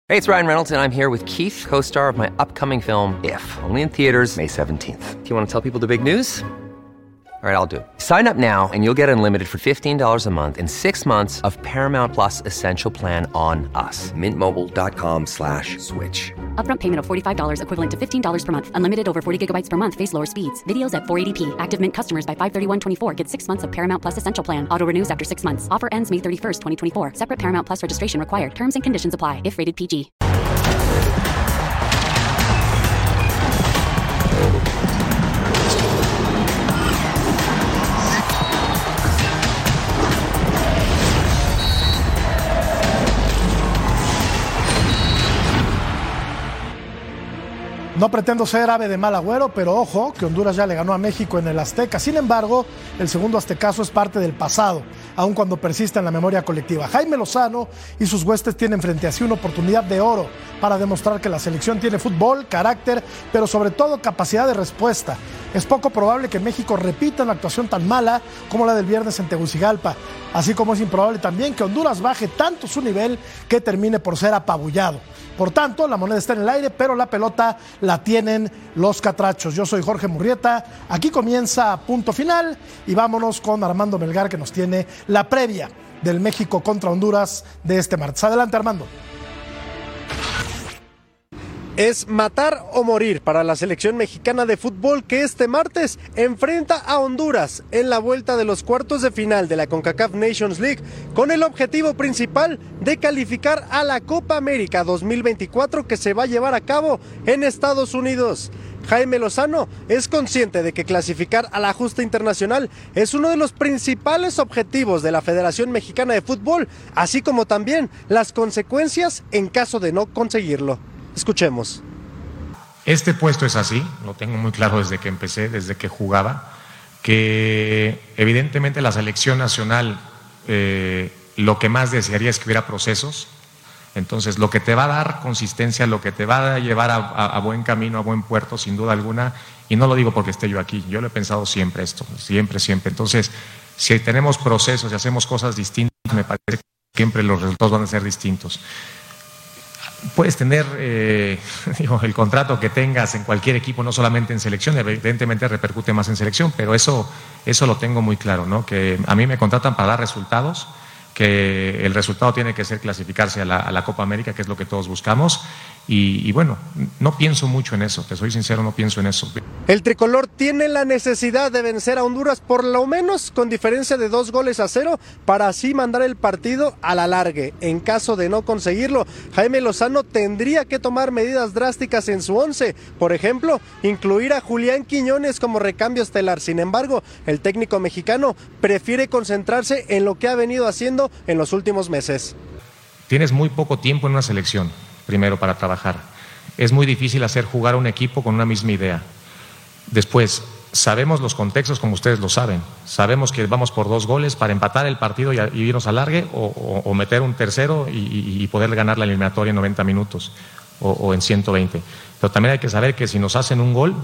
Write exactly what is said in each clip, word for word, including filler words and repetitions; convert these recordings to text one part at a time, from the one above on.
Hey, it's Ryan Reynolds, and I'm here with Keith, co-star of my upcoming film, If, only in theaters May seventeenth. Do you want to tell people the big news? All right, I'll do it. Sign up now and you'll get unlimited for fifteen dollars a month and six months of Paramount Plus Essential Plan on us. Mint Mobile dot com slash switch. Upfront payment of forty-five dollars equivalent to fifteen dollars per month. Unlimited over forty gigabytes per month. Face lower speeds. Videos at four eighty p. Active Mint customers by five thirty-one twenty-four get six months of Paramount Plus Essential Plan. Auto renews after six months. Offer ends May thirty-first, twenty twenty-four. Separate Paramount Plus registration required. Terms and conditions apply if rated P G. No pretendo ser ave de mal agüero, pero ojo, que Honduras ya le ganó a México en el Azteca. Sin embargo, el segundo aztecaso es parte del pasado, aun cuando persista en la memoria colectiva. Jaime Lozano y sus huestes tienen frente a sí una oportunidad de oro para demostrar que la selección tiene fútbol, carácter, pero sobre todo capacidad de respuesta. Es poco probable que México repita una actuación tan mala como la del viernes en Tegucigalpa, así como es improbable también que Honduras baje tanto su nivel que termine por ser apabullado. Por tanto, la moneda está en el aire, pero la pelota la tienen los catrachos. Yo soy Jorge Murrieta, aquí comienza Punto Final y vámonos con Armando Melgar, que nos tiene la previa del México contra Honduras de este martes. Adelante, Armando. Es matar o morir para la selección mexicana de fútbol que este martes enfrenta a Honduras en la vuelta de los cuartos de final de la CONCACAF Nations League con el objetivo principal de calificar a la Copa América dos mil veinticuatro que se va a llevar a cabo en Estados Unidos. Jaime Lozano es consciente de que clasificar a la justa internacional es uno de los principales objetivos de la Federación Mexicana de Fútbol, así como también las consecuencias en caso de no conseguirlo. Escuchemos. Este puesto es así, lo tengo muy claro desde que empecé, desde que jugaba, que evidentemente la selección nacional eh, lo que más desearía es que hubiera procesos. Entonces lo que te va a dar consistencia, lo que te va a llevar a, a, a buen camino, a buen puerto, sin duda alguna, y no lo digo porque esté yo aquí, yo lo he pensado siempre esto, siempre, siempre. Entonces, si tenemos procesos y hacemos cosas distintas, me parece que siempre los resultados van a ser distintos. Puedes tener eh, digo, el contrato que tengas en cualquier equipo, no solamente en selección, evidentemente repercute más en selección, pero eso, eso lo tengo muy claro, ¿no? Que a mí me contratan para dar resultados, que el resultado tiene que ser clasificarse a la, a la Copa América, que es lo que todos buscamos, y, y bueno, no pienso mucho en eso, te soy sincero, no pienso en eso. El tricolor tiene la necesidad de vencer a Honduras por lo menos con diferencia de dos goles a cero para así mandar el partido a la largue. En caso de no conseguirlo, Jaime Lozano tendría que tomar medidas drásticas en su once, por ejemplo, incluir a Julián Quiñones como recambio estelar. Sin embargo, el técnico mexicano prefiere concentrarse en lo que ha venido haciendo en los últimos meses. Tienes muy poco tiempo en una selección, primero, para trabajar. Es muy difícil hacer jugar a un equipo con una misma idea. Después, sabemos los contextos como ustedes lo saben. Sabemos que vamos por dos goles para empatar el partido y, y irnos a largue o, o, o meter un tercero y, y, y poder ganar la eliminatoria en noventa minutos o, o en ciento veinte. Pero también hay que saber que si nos hacen un gol,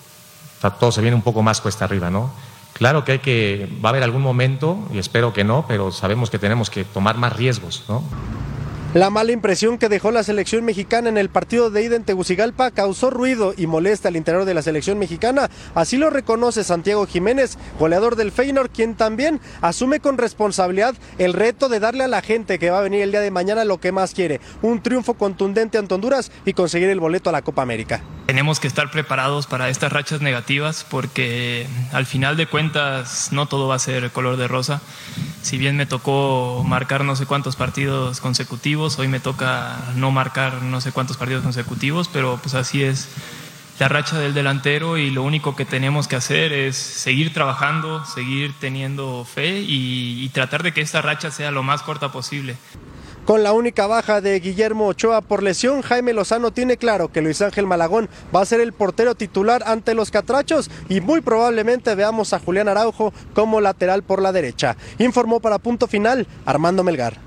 todo se viene un poco más cuesta arriba, ¿no? Claro que hay que, va a haber algún momento, y espero que no, pero sabemos que tenemos que tomar más riesgos, ¿no? La mala impresión que dejó la selección mexicana en el partido de ida en Tegucigalpa causó ruido y molesta al interior de la selección mexicana. Así lo reconoce Santiago Jiménez, goleador del Feyenoord, quien también asume con responsabilidad el reto de darle a la gente que va a venir el día de mañana lo que más quiere, un triunfo contundente ante Honduras y conseguir el boleto a la Copa América. Tenemos que estar preparados para estas rachas negativas porque al final de cuentas no todo va a ser color de rosa. Si bien me tocó marcar no sé cuántos partidos consecutivos, hoy me toca no marcar no sé cuántos partidos consecutivos, pero pues así es la racha del delantero y lo único que tenemos que hacer es seguir trabajando, seguir teniendo fe y, y tratar de que esta racha sea lo más corta posible. Con la única baja de Guillermo Ochoa por lesión, Jaime Lozano tiene claro que Luis Ángel Malagón va a ser el portero titular ante los catrachos y muy probablemente veamos a Julián Araujo como lateral por la derecha. Informó para Punto Final Armando Melgar.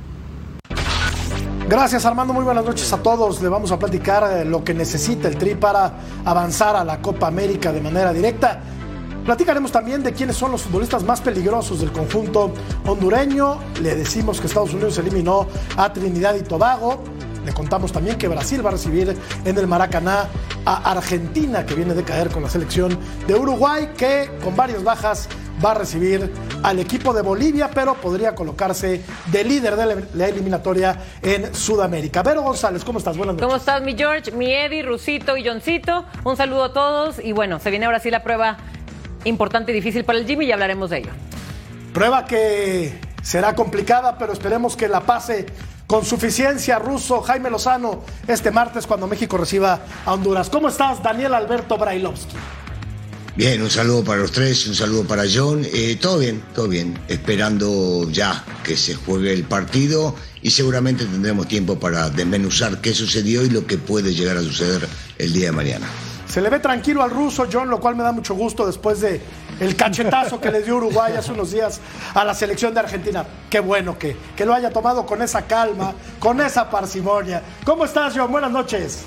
Gracias, Armando, muy buenas noches a todos. Le vamos a platicar lo que necesita el Tri para avanzar a la Copa América de manera directa. Platicaremos también de quiénes son los futbolistas más peligrosos del conjunto hondureño. Le decimos que Estados Unidos eliminó a Trinidad y Tobago. le contamos también que Brasil va a recibir en el Maracaná a Argentina, que viene de caer con la selección de Uruguay, que con varias bajas va a recibir al equipo de Bolivia, pero podría colocarse de líder de la eliminatoria en Sudamérica. Vero González, ¿cómo estás? Buenas noches. ¿Cómo estás, mi George, mi Eddie, Rusito y Johncito? Un saludo a todos y bueno, se viene ahora sí la prueba importante y difícil para el Jimmy y hablaremos de ello. Prueba que será complicada, pero esperemos que la pase con suficiencia. Russo, Jaime Lozano, este martes cuando México reciba a Honduras. ¿Cómo estás, Daniel Alberto Brailovsky? Bien, un saludo para los tres, un saludo para John. Eh, todo bien, todo bien. Esperando ya que se juegue el partido y seguramente tendremos tiempo para desmenuzar qué sucedió y lo que puede llegar a suceder el día de mañana. Se le ve tranquilo al ruso, John, lo cual me da mucho gusto después de el cachetazo que le dio Uruguay hace unos días a la selección de Argentina. Qué bueno que, que lo haya tomado con esa calma, con esa parsimonia. ¿Cómo estás, John? Buenas noches.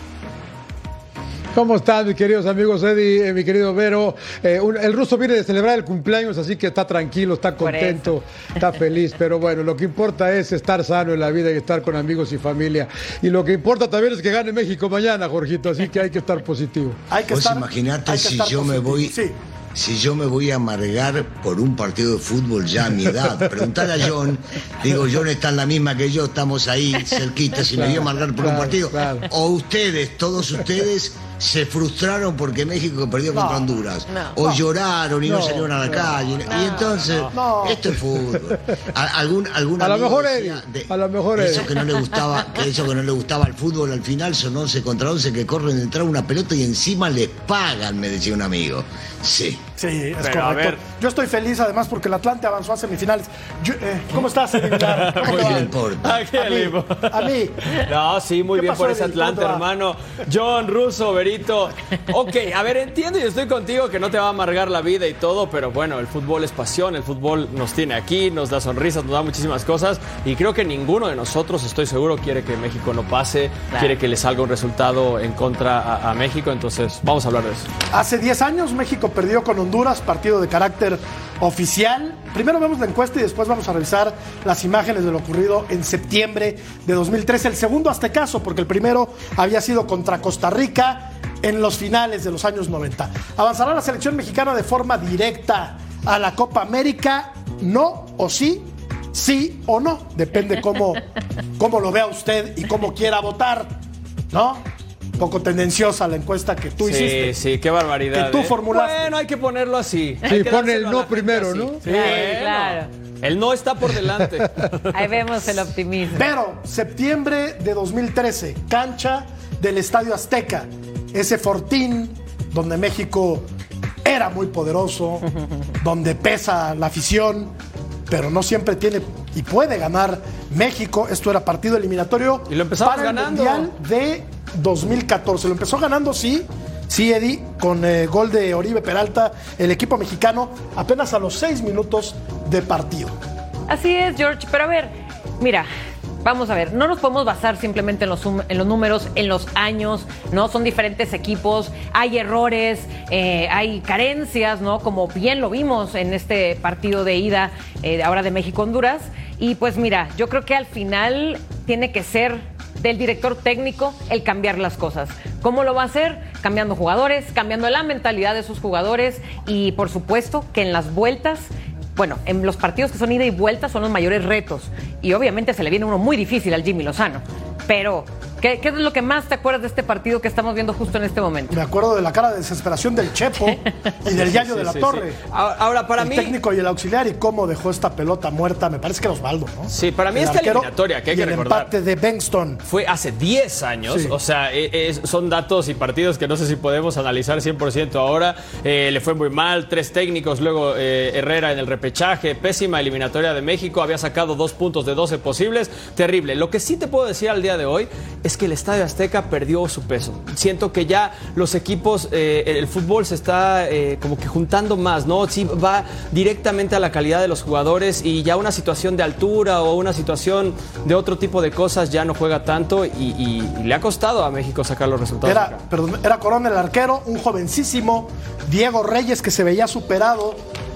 ¿Cómo están, mis queridos amigos? Eddie, eh, mi querido Vero. Eh, un, el ruso viene de celebrar el cumpleaños, así que está tranquilo, está contento, está feliz. Pero bueno, lo que importa es estar sano en la vida y estar con amigos y familia. Y lo que importa también es que gane México mañana, Jorgito, así que hay que estar positivo. Hay que Vos estar, imaginate hay que si estar yo positivo. me voy... Sí. Si yo me voy a amargar por un partido de fútbol ya a mi edad, preguntarle a John, digo, John está en la misma que yo, estamos ahí cerquita, si me voy a amargar por claro, un partido. Claro. O ustedes, todos ustedes, se frustraron porque México perdió contra No, Honduras. no, o no, lloraron y no, no, salieron a la no, calle. no, y entonces, no. esto es fútbol. A, algún, algún A lo amigo mejor decía Eddie, a lo mejor eso Eddie. que no le gustaba, que eso que no le gustaba al fútbol, al final son once contra once que corren detrás de una pelota y encima les pagan, me decía un amigo. Sí. Sí, es Pero, correcto. Yo estoy feliz además porque el Atlante avanzó a semifinales. Yo, eh, ¿Cómo estás, Eddie Villar? ¿Cómo te ¿Qué va? le importa? ¿A qué A le mí, importa? a mí. No, sí, muy ¿Qué bien pasó, por ese Eddie? ¿Cómo Atlante, te va? hermano. John, Russo, Berito. Ok, a ver, entiendo y estoy contigo que no te va a amargar la vida y todo, pero bueno, el fútbol es pasión, el fútbol nos tiene aquí, nos da sonrisas, nos da muchísimas cosas y creo que ninguno de nosotros, estoy seguro, quiere que México no pase, Claro. quiere que le salga un resultado en contra a, a México, entonces vamos a hablar de eso. Hace diez años México perdió con Honduras, partido de carácter oficial. Primero vemos la encuesta y después vamos a revisar las imágenes de lo ocurrido en septiembre de dos mil trece. El segundo aztecaso, porque el primero había sido contra Costa Rica en los finales de los años noventa. ¿Avanzará la selección mexicana de forma directa a la Copa América? ¿No o sí? ¿Sí o no? Depende cómo, cómo lo vea usted y cómo quiera votar, ¿no? Poco tendenciosa la encuesta que tú Sí, hiciste. sí, qué barbaridad. Que tú ¿eh? formulaste. Bueno, hay que ponerlo así. Sí, Hay que pone dárselo el a no la gente primero, así. ¿no? Sí, Claro, bueno. claro. El no está por delante. Ahí vemos el optimismo. Pero septiembre de dos mil trece, cancha del Estadio Azteca, ese fortín donde México era muy poderoso, donde pesa la afición, pero no siempre tiene y puede ganar México. Esto era partido eliminatorio Y lo empezamos para ganando. el Mundial de dos mil catorce. Lo empezó ganando, sí, sí, Eddie, con eh, gol de Oribe Peralta, el equipo mexicano, apenas a los seis minutos de partido. Así es, George, pero a ver, mira, vamos a ver, no nos podemos basar simplemente en los, sum- en los números, en los años, ¿no? Son diferentes equipos, hay errores, eh, hay carencias, ¿no? Como bien lo vimos en este partido de ida, eh, ahora de México-Honduras. Y pues mira, yo creo que al final tiene que ser del director técnico el cambiar las cosas. ¿Cómo lo va a hacer? Cambiando jugadores, cambiando la mentalidad de sus jugadores y por supuesto que en las vueltas, bueno, en los partidos que son ida y vuelta son los mayores retos y obviamente se le viene uno muy difícil al Jimmy Lozano, pero ¿qué, qué es lo que más te acuerdas de este partido que estamos viendo justo en este momento? Me acuerdo de la cara de desesperación del Chepo y del Yayo Sí, de la sí, Torre. sí. Ahora, ahora, para el mí... técnico y el auxiliar y cómo dejó esta pelota muerta, me parece que era Osvaldo, ¿no? Sí, para mí El esta arquero eliminatoria, que hay y que el recordar, empate de Bengtsson. fue hace diez años, Sí. o sea, eh, eh, son datos y partidos que no sé si podemos analizar cien por ciento ahora. Eh, le fue muy mal, tres técnicos, luego eh, Herrera en el repechaje, pésima eliminatoria de México, había sacado dos puntos de doce posibles, terrible. Lo que sí te puedo decir al día de hoy es que el Estadio Azteca perdió su peso. Siento que ya los equipos, eh, el fútbol se está eh, como que juntando más, ¿no? Sí va directamente a la calidad de los jugadores y ya una situación de altura o una situación de otro tipo de cosas ya no juega tanto y, y- y le ha costado a México sacar los resultados. Era, acá. perdón, era Corona el arquero, un jovencísimo Diego Reyes que se veía superado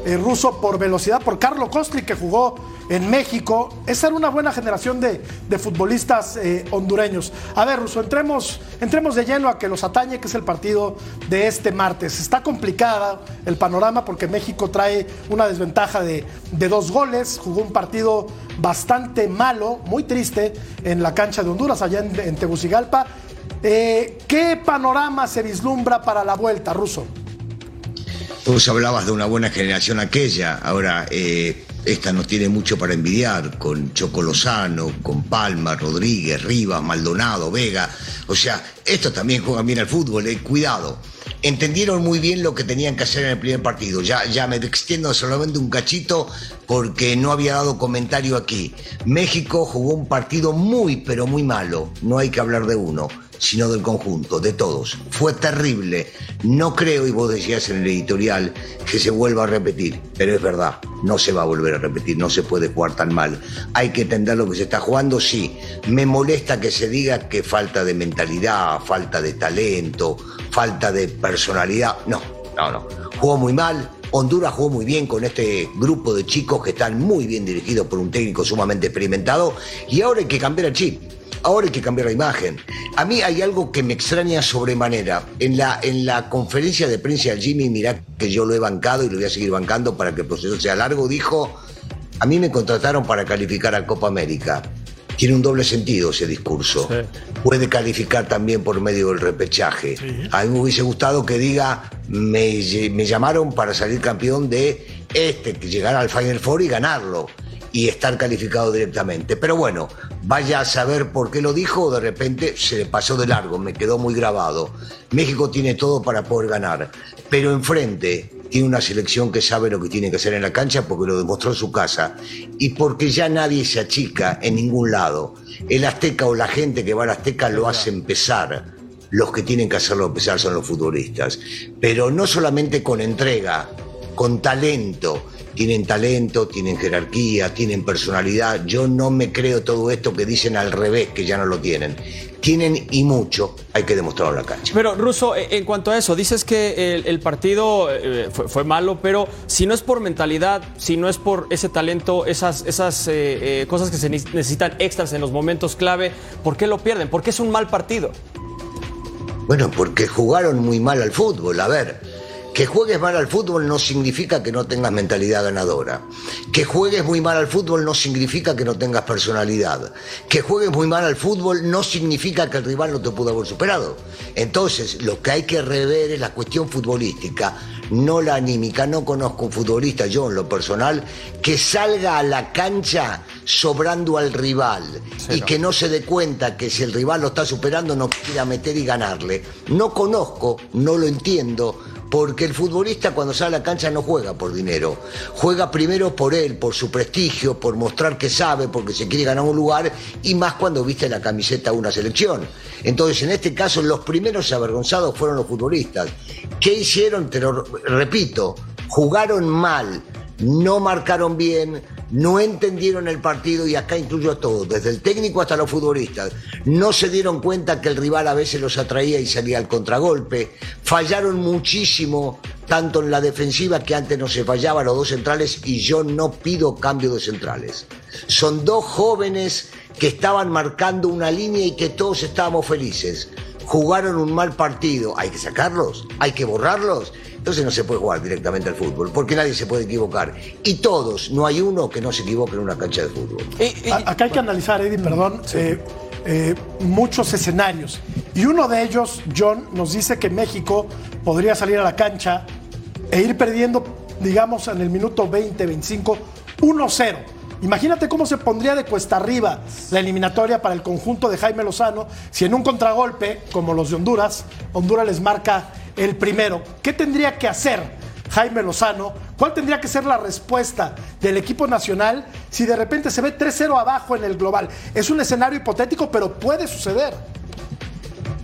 eh, Russo, por velocidad, por Carlo Costli, que jugó en México. Esa era una buena generación de, de futbolistas eh, hondureños. A ver, Russo, entremos, entremos de lleno a que los atañe, que es el partido de este martes. Está complicada el panorama porque México trae una desventaja de, de dos goles. Jugó un partido bastante malo, muy triste, en la cancha de Honduras, allá en, en Tegucigalpa. Eh, ¿Qué panorama se vislumbra para la vuelta, Russo? Vos hablabas de una buena generación aquella, ahora eh, esta nos tiene mucho para envidiar, con Choco Lozano, con Palma, Rodríguez, Rivas, Maldonado, Vega. O sea, estos también juegan bien al fútbol, eh, cuidado. Entendieron muy bien lo que tenían que hacer en el primer partido. Ya, ya me extiendo solamente un cachito porque no había dado comentario aquí. México jugó un partido muy, pero muy malo. No hay que hablar de uno, sino del conjunto, de todos. Fue terrible. No creo, y vos decías en el editorial, que se vuelva a repetir. Pero es verdad, no se va a volver a repetir, no se puede jugar tan mal. Hay que entender lo que se está jugando, sí. Me molesta que se diga que falta de mentalidad, falta de talento, falta de personalidad. No, no, no. Jugó muy mal. Honduras jugó muy bien con este grupo de chicos que están muy bien dirigidos por un técnico sumamente experimentado. Y ahora hay que cambiar el chip. Ahora hay que cambiar la imagen. A mí hay algo que me extraña sobremanera. En la, en la conferencia de prensa de Jimmy, mirá que yo lo he bancado y lo voy a seguir bancando para que el proceso sea largo, dijo: a mí me contrataron para calificar a Copa América. Tiene un doble sentido ese discurso. Sí. Puede calificar también por medio del repechaje. Sí. A mí me hubiese gustado que diga: me, me llamaron para salir campeón de este, que llegara al Final Four y ganarlo, y estar calificado directamente. Pero bueno, vaya a saber por qué lo dijo, o de repente se le pasó de largo, me quedó muy grabado. México tiene todo para poder ganar, pero enfrente tiene una selección que sabe lo que tiene que hacer en la cancha porque lo demostró en su casa y porque ya nadie se achica en ningún lado. El Azteca o la gente que va al Azteca lo hace empezar. Los que tienen que hacerlo empezar son los futbolistas. Pero no solamente con entrega, con talento. Tienen talento, tienen jerarquía, tienen personalidad. Yo no me creo todo esto que dicen al revés, que ya no lo tienen. Tienen y mucho, hay que demostrarlo en la cancha. Pero, Russo, en cuanto a eso, dices que el, el partido eh, fue, fue malo, pero si no es por mentalidad, si no es por ese talento, esas, esas eh, eh, cosas que se necesitan extras en los momentos clave, ¿por qué lo pierden? ¿Por qué es un mal partido? Bueno, porque jugaron muy mal al fútbol. A ver, que juegues mal al fútbol no significa que no tengas mentalidad ganadora. Que juegues muy mal al fútbol no significa que no tengas personalidad. Que juegues muy mal al fútbol no significa que el rival no te pudo haber superado. Entonces, lo que hay que rever es la cuestión futbolística, no la anímica. No conozco un futbolista, yo en lo personal, que salga a la cancha sobrando al rival sí, y no. que no se dé cuenta que si el rival lo está superando no quiera meter y ganarle. No conozco, no lo entiendo. Porque el futbolista cuando sale a la cancha no juega por dinero, juega primero por él, por su prestigio, por mostrar que sabe, porque se quiere ganar un lugar, y más cuando viste la camiseta de una selección. Entonces, en este caso, los primeros avergonzados fueron los futbolistas. ¿Qué hicieron? Te lo repito, jugaron mal, no marcaron bien, no entendieron el partido, y acá incluyo a todos, desde el técnico hasta los futbolistas. No se dieron cuenta que el rival a veces los atraía y salía al contragolpe. Fallaron muchísimo, tanto en la defensiva, que antes no se fallaba, los dos centrales, y yo no pido cambio de centrales. Son dos jóvenes que estaban marcando una línea y que todos estábamos felices. Jugaron un mal partido. ¿Hay que sacarlos? ¿Hay que borrarlos? Entonces no se puede jugar directamente al fútbol, porque nadie se puede equivocar. Y todos, no hay uno que no se equivoque en una cancha de fútbol. Eh, eh, Acá hay que analizar, Eddie, perdón, sí. eh, eh, muchos escenarios. Y uno de ellos, John, nos dice que México podría salir a la cancha e ir perdiendo, digamos, en el minuto veinte, veinticinco, uno cero. Imagínate cómo se pondría de cuesta arriba la eliminatoria para el conjunto de Jaime Lozano si en un contragolpe, como los de Honduras, Honduras les marca el primero. ¿Qué tendría que hacer Jaime Lozano? ¿Cuál tendría que ser la respuesta del equipo nacional si de repente se ve tres cero abajo en el global? Es un escenario hipotético, pero puede suceder.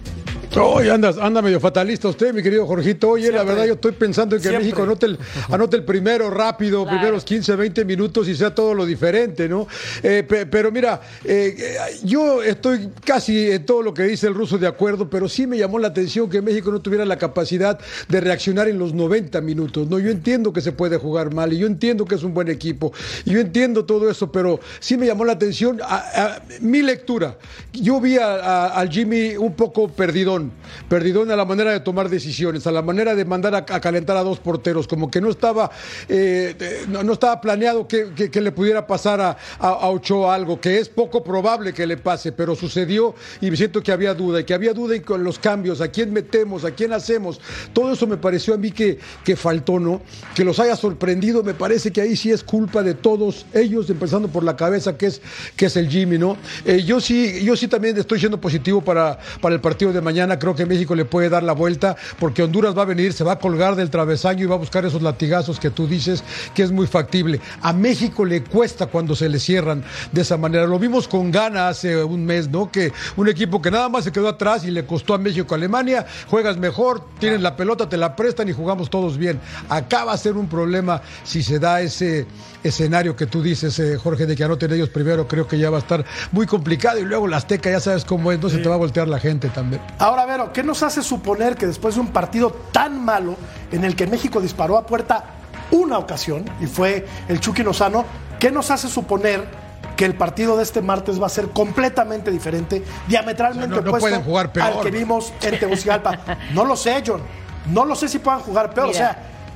Oye, anda, anda medio fatalista usted, mi querido Jorgito. Oye, Siempre. la verdad yo estoy pensando en que Siempre. México anote el, anote el primero rápido, Claro. primeros quince, veinte minutos y sea todo lo diferente, ¿no? Eh, pe- pero mira, eh, yo estoy casi en todo lo que dice el ruso de acuerdo, pero sí me llamó la atención que México no tuviera la capacidad de reaccionar en los noventa minutos, ¿no? Yo entiendo que se puede jugar mal y yo entiendo que es un buen equipo y yo entiendo todo eso, pero sí me llamó la atención a, a, mi lectura. Yo vi a, a, al Jimmy un poco perdidón, perdidón a la manera de tomar decisiones, a la manera de mandar a, a calentar a dos porteros, como que no estaba, eh, no, no estaba planeado que, que, que le pudiera pasar a, a, a Ochoa algo, que es poco probable que le pase, pero sucedió y siento que había duda, y que había duda y con los cambios, a quién metemos, a quién hacemos, todo eso me pareció a mí que, que faltó, ¿no? Que los haya sorprendido, me parece que ahí sí es culpa de todos ellos, empezando por la cabeza que es, que es el Jimmy, ¿no? Eh, yo sí, yo sí también estoy siendo positivo para, para el partido de mañana. Creo que México le puede dar la vuelta porque Honduras va a venir, se va a colgar del travesaño y va a buscar esos latigazos que tú dices que es muy factible. A México le cuesta cuando se le cierran de esa manera. Lo vimos con Ghana hace un mes, ¿no? Que un equipo que nada más se quedó atrás y le costó a México, Alemania, juegas mejor, tienes la pelota, te la prestan y jugamos todos bien. Acá va a ser un problema si se da ese escenario que tú dices, eh, Jorge, de que anoten ellos primero. Creo que ya va a estar muy complicado y luego la Azteca ya sabes cómo es, no sí. se te va a voltear la gente también. Ahora, Vero, ¿qué nos hace suponer que después de un partido tan malo en el que México disparó a puerta una ocasión y fue el Chucky Lozano, qué nos hace suponer que el partido de este martes va a ser completamente diferente, diametralmente o sea, no, no opuesto pueden jugar peor, al que vimos en Tegucigalpa? No lo sé, John. No lo sé si puedan jugar peor. Mira. O sea,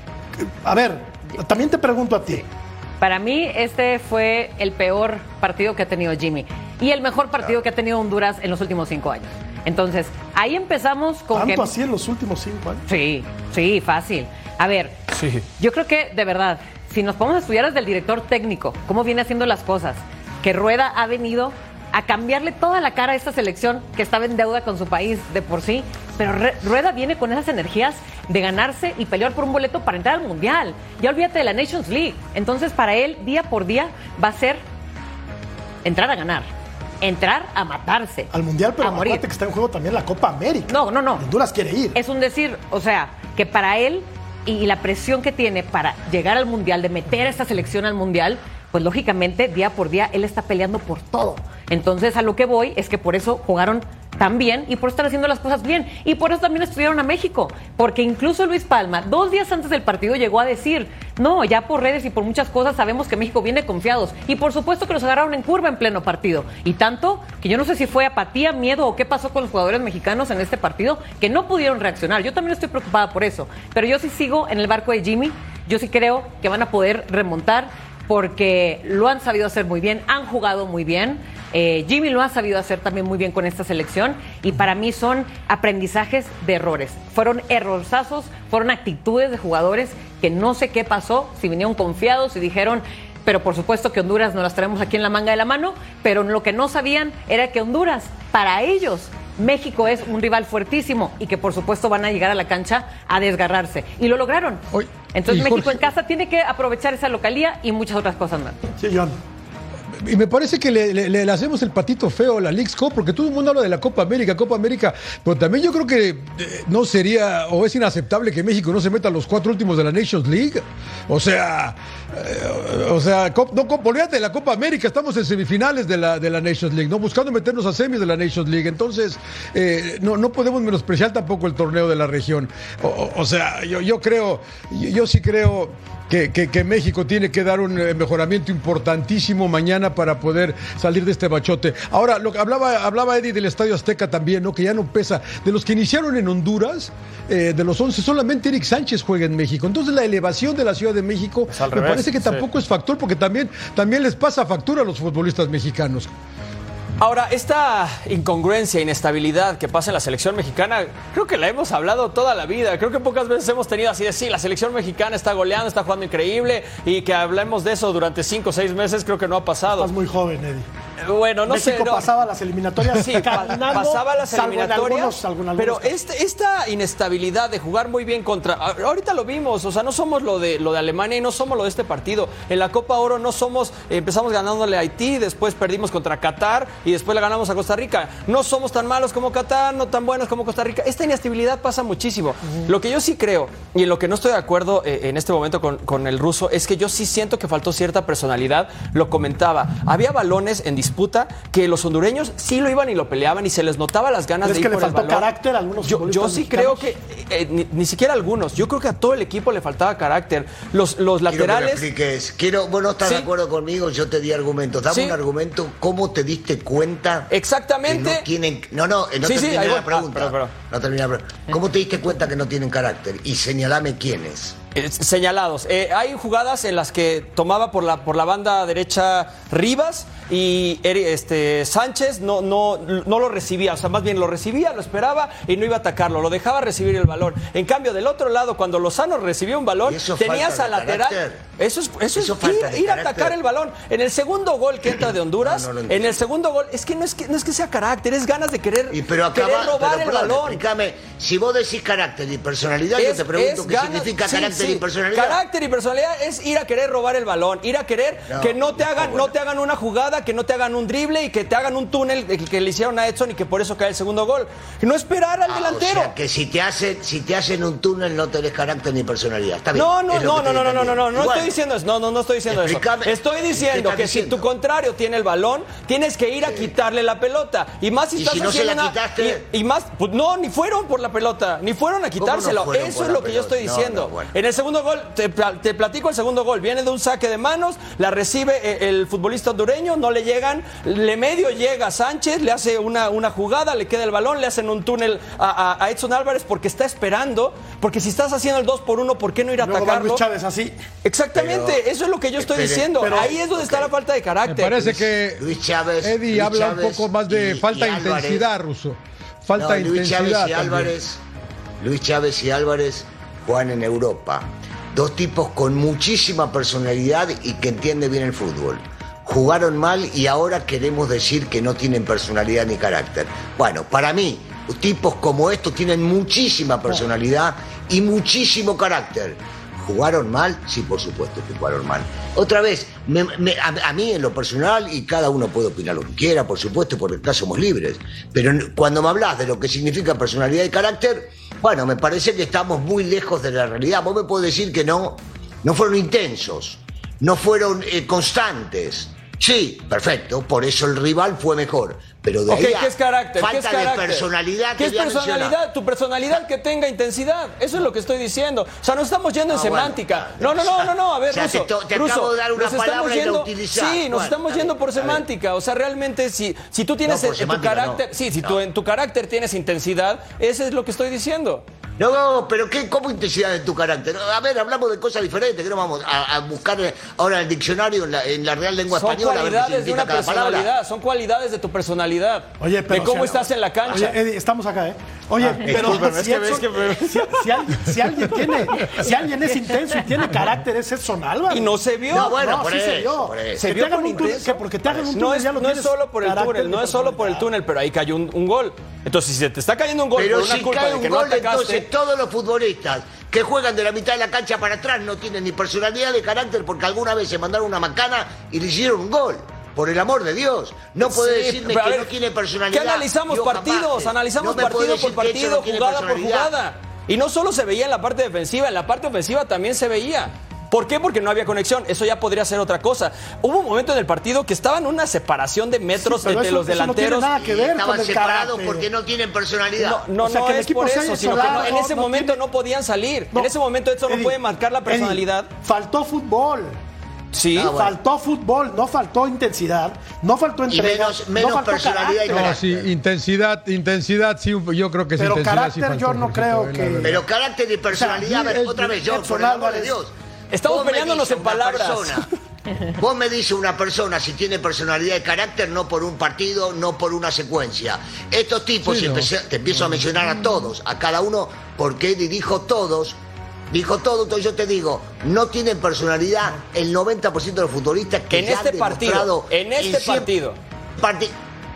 a ver, también te pregunto a ti. Para mí, este fue el peor partido que ha tenido Jimmy y el mejor partido que ha tenido Honduras en los últimos cinco años. Entonces, ahí empezamos con ¿Tanto que... así en los últimos cinco años? Sí, sí, fácil. A ver, sí. Yo creo que, de verdad, si nos podemos estudiar desde el director técnico, cómo viene haciendo las cosas, que Rueda ha venido a cambiarle toda la cara a esta selección que estaba en deuda con su país de por sí, pero Rueda viene con esas energías de ganarse y pelear por un boleto para entrar al Mundial. Ya olvídate de la Nations League. Entonces, para él, día por día, va a ser entrar a ganar, entrar a matarse. Al Mundial, pero a morir. acuérdate que está en juego también la Copa América. No, no, no. Honduras quiere ir. Es un decir, o sea, que para él y la presión que tiene para llegar al Mundial, de meter a esta selección al Mundial, pues lógicamente día por día él está peleando por todo. Entonces a lo que voy es que por eso jugaron tan bien y por estar haciendo las cosas bien. Y por eso también estudiaron a México. Porque incluso Luis Palma, dos días antes del partido, llegó a decir, no, ya por redes y por muchas cosas sabemos que México viene confiados. Y por supuesto que los agarraron en curva en pleno partido. Y tanto que yo no sé si fue apatía, miedo o qué pasó con los jugadores mexicanos en este partido, que no pudieron reaccionar. Yo también estoy preocupada por eso. Pero yo sí sigo en el barco de Jimmy. Yo sí creo que van a poder remontar porque lo han sabido hacer muy bien, han jugado muy bien. Eh, Jimmy lo ha sabido hacer también muy bien con esta selección y para mí son aprendizajes de errores. Fueron errorzazos, fueron actitudes de jugadores que no sé qué pasó, si vinieron confiados y dijeron, pero por supuesto que Honduras nos las traemos aquí en la manga de la mano, pero lo que no sabían era que Honduras, para ellos, México es un rival fuertísimo y que por supuesto van a llegar a la cancha a desgarrarse. Y lo lograron. Oye, Entonces México Jorge, en casa tiene que aprovechar esa localía y muchas otras cosas más. Sí, John. Y me parece que le, le, le hacemos el patito feo a la Leagues Cup, porque todo el mundo habla de la Copa América, Copa América, pero también yo creo que eh, no sería, o es inaceptable que México no se meta a los cuatro últimos de la Nations League. O sea, eh, o sea, no, olvídate de la Copa América, estamos en semifinales de la, de la Nations League, no buscando meternos a semis de la Nations League. Entonces, eh, no, no podemos menospreciar tampoco el torneo de la región. O, o, o sea, yo, yo creo, yo, yo sí creo que, que, que México tiene que dar un mejoramiento importantísimo mañana para poder salir de este bachote. Ahora, lo que hablaba, hablaba Eddie del Estadio Azteca también, ¿no? Que ya no pesa. De los que iniciaron en Honduras, eh, de los once, solamente Eric Sánchez juega en México. Entonces, la elevación de la Ciudad de México me revés, parece que tampoco sí. es factor, porque también, también les pasa factura a los futbolistas mexicanos. Ahora, esta incongruencia, inestabilidad que pasa en la selección mexicana, creo que la hemos hablado toda la vida. Creo que pocas veces hemos tenido así de, sí, la selección mexicana está goleando, está jugando increíble, y que hablemos de eso durante cinco o seis meses, creo que no ha pasado. Estás muy joven, Eddie. Bueno, no México sé. No. pasaba las eliminatorias. Sí, caminando, pasaba las eliminatorias. Algunos, algunos pero casos. este, esta inestabilidad de jugar muy bien contra. Ahorita lo vimos, o sea, no somos lo de, lo de Alemania y no somos lo de este partido. En la Copa Oro no somos. Empezamos ganándole a Haití, después perdimos contra Qatar y después le ganamos a Costa Rica. No somos tan malos como Qatar, no tan buenos como Costa Rica. Esta inestabilidad pasa muchísimo. Uh-huh. Lo que yo sí creo, y en lo que no estoy de acuerdo eh, en este momento con, con el ruso, es que yo sí siento que faltó cierta personalidad. Lo comentaba. Había balones en disputa que los hondureños sí lo iban y lo peleaban y se les notaba las ganas de ir por el balón. ¿Es que le faltó carácter a algunos Yo, yo sí mexicanos? creo que, eh, ni, ni siquiera a algunos, yo creo que a todo el equipo le faltaba carácter. Los, los laterales... Quiero que me expliques. Quiero, vos no estás sí. de acuerdo conmigo, yo te di argumentos. Dame sí. un argumento, ¿cómo te diste cuenta? Exactamente. Que no tienen... No, no, no sí, terminé sí, la voy. pregunta. Ah, pero, pero. No terminé la pregunta. ¿Cómo te diste cuenta que no tienen carácter? Y señalame quiénes. Eh, señalados. Eh, hay jugadas en las que tomaba por la, por la banda derecha Rivas y este, Sánchez no, no, no lo recibía, o sea, más bien lo recibía, lo esperaba y no iba a atacarlo, lo dejaba recibir el balón. En cambio, del otro lado, cuando Lozano recibió un balón, tenías al lateral. Carácter. Eso es, eso eso es ir, ir a atacar el balón. En el segundo gol que entra de Honduras, no, no en el segundo gol, es que no es que, no es que sea carácter, es ganas de querer, y pero acaba, querer robar pero, el perdón, balón. Explícame, si vos decís carácter y personalidad, es, yo te pregunto qué ganas, significa sí, carácter sí. y personalidad. Carácter y personalidad es ir a querer robar el balón, ir a querer no, que no te hagan, no, bueno. no te hagan una jugada, que no te hagan un drible y que te hagan un túnel que, que le hicieron a Edson y que por eso cae el segundo gol. No esperar al ah, delantero. O sea, que si te hacen, si te hacen un túnel no tenés carácter ni personalidad. Está bien. No, no, no, no, no, no, no, no, no, no estoy diciendo eso. No, no, no estoy diciendo Explícame, eso. Estoy diciendo que diciendo? si tu contrario tiene el balón, tienes que ir a quitarle la pelota. Y más si ¿Y estás si no haciendo se la una, quitaste? Y, y más, pues no, ni fueron por la pelota, ni fueron a quitárselo. No eso es lo que yo estoy diciendo. No, no, bueno. En el segundo gol, te, te platico el segundo gol. Viene de un saque de manos, la recibe el futbolista hondureño, no le llegan, le medio llega Sánchez, le hace una, una jugada, le queda el balón, le hacen un túnel a, a, a Edson Álvarez porque está esperando, porque si estás haciendo el dos por uno, ¿por qué no ir a Luego atacarlo? Luis Chávez así. Exactamente, pero, eso es lo que yo estoy pero, diciendo. pero, Ahí es donde okay. está la falta de carácter. Me parece que Luis Chávez, Eddie Luis habla Chávez un poco más de y, falta y de Álvarez. intensidad, Russo. Falta de no, Luis intensidad. Chávez y Álvarez, Luis Chávez y Álvarez juegan en Europa. Dos tipos con muchísima personalidad y que entienden bien el fútbol. Jugaron mal y ahora queremos decir que no tienen personalidad ni carácter. Bueno, para mí, tipos como estos tienen muchísima personalidad y muchísimo carácter. ¿Jugaron mal? Sí, por supuesto que jugaron mal. Otra vez, me, me, a, a mí en lo personal, y cada uno puede opinar lo que quiera, por supuesto, porque acá somos libres, pero cuando me hablas de lo que significa personalidad y carácter, bueno, me parece que estamos muy lejos de la realidad. Vos me podés decir que no, no fueron intensos, no fueron eh, constantes. Sí, perfecto, por eso el rival fue mejor. Pero de okay, ahí a ¿qué es carácter? falta ¿Qué es carácter? de personalidad. ¿Qué es personalidad? Tu personalidad que tenga intensidad. Eso es lo que estoy diciendo. O sea, nos estamos yendo en ah, semántica. Bueno, no, no, no, no, no. A ver, o sea, Russo. Te, te Russo, acabo de dar una palabra yendo, y la utilizar. Sí, nos bueno, estamos yendo bien, por semántica. O sea, realmente, si, si tú tienes no, en, en tu carácter, no. sí, si no. tú en tu carácter tienes intensidad, eso es lo que estoy diciendo. No, no, pero ¿qué, ¿cómo intensidad en tu carácter? A ver, hablamos de cosas diferentes, que no vamos a, a buscar ahora en el diccionario, en la, en la Real Lengua son Española. Son cualidades de una personalidad, palabra. Son cualidades de tu personalidad. Oye, pero de cómo si estás en la cancha. Oye, Eddie, estamos acá, ¿eh? Oye, ah, pero si, es que, Edson, es que... si, si, alguien, si, alguien tiene, si alguien es intenso y tiene carácter, es Edson Álvarez. Y no se vio. No, bueno, no, por sí eso, se vio. Por eso. Se que vio con con intenso. Que porque te hagan un túnel no es, ya lo no es solo por el túnel, no es solo por el túnel, pero ahí cayó un, un gol. Entonces, si se te está cayendo un gol pero por una si culpa cae de un que gol, no atacaste... entonces todos los futbolistas que juegan de la mitad de la cancha para atrás no tienen ni personalidad ni carácter porque alguna vez se mandaron una macana y le hicieron un gol. Por el amor de Dios, no puede sí, decirme que ver, no tiene personalidad. ¿Qué analizamos Yo partidos? Jamás, analizamos no partido por partido, no jugada por jugada. Y no solo se veía en la parte defensiva, en la parte ofensiva también se veía. ¿Por qué? Porque no había conexión. Eso ya podría ser otra cosa. Hubo un momento en el partido que estaban en una separación de metros sí, entre eso, los delanteros. No tiene nada que ver estaban con el separados carácter. Porque no tienen personalidad. No, no, o sea, no es por eso, sino que no, en ese no momento tiene... no podían salir. No. En ese momento eso no Eddie, puede marcar la personalidad. Eddie, faltó fútbol. Sí, ah, bueno. faltó fútbol, no faltó intensidad, no faltó entrega, y menos, menos no faltó personalidad carácter. y carácter. No, sí, intensidad, intensidad, sí, yo creo que sí. Pero intensidad carácter sí faltó, yo no creo que... Pero carácter y personalidad, o sea, a ver, el, otra vez, yo, por el amor de Dios. Estamos peleándonos en palabras. Persona, vos me dices una persona si tiene personalidad y carácter no por un partido, no por una secuencia. Estos tipos, sí, no. empecé, te empiezo a mencionar a todos, a cada uno, porque Eddie dijo todos, dijo todo, entonces yo te digo, no tienen personalidad el noventa por ciento de los futbolistas que en ya este han partido, en este en cien... partido. Parti...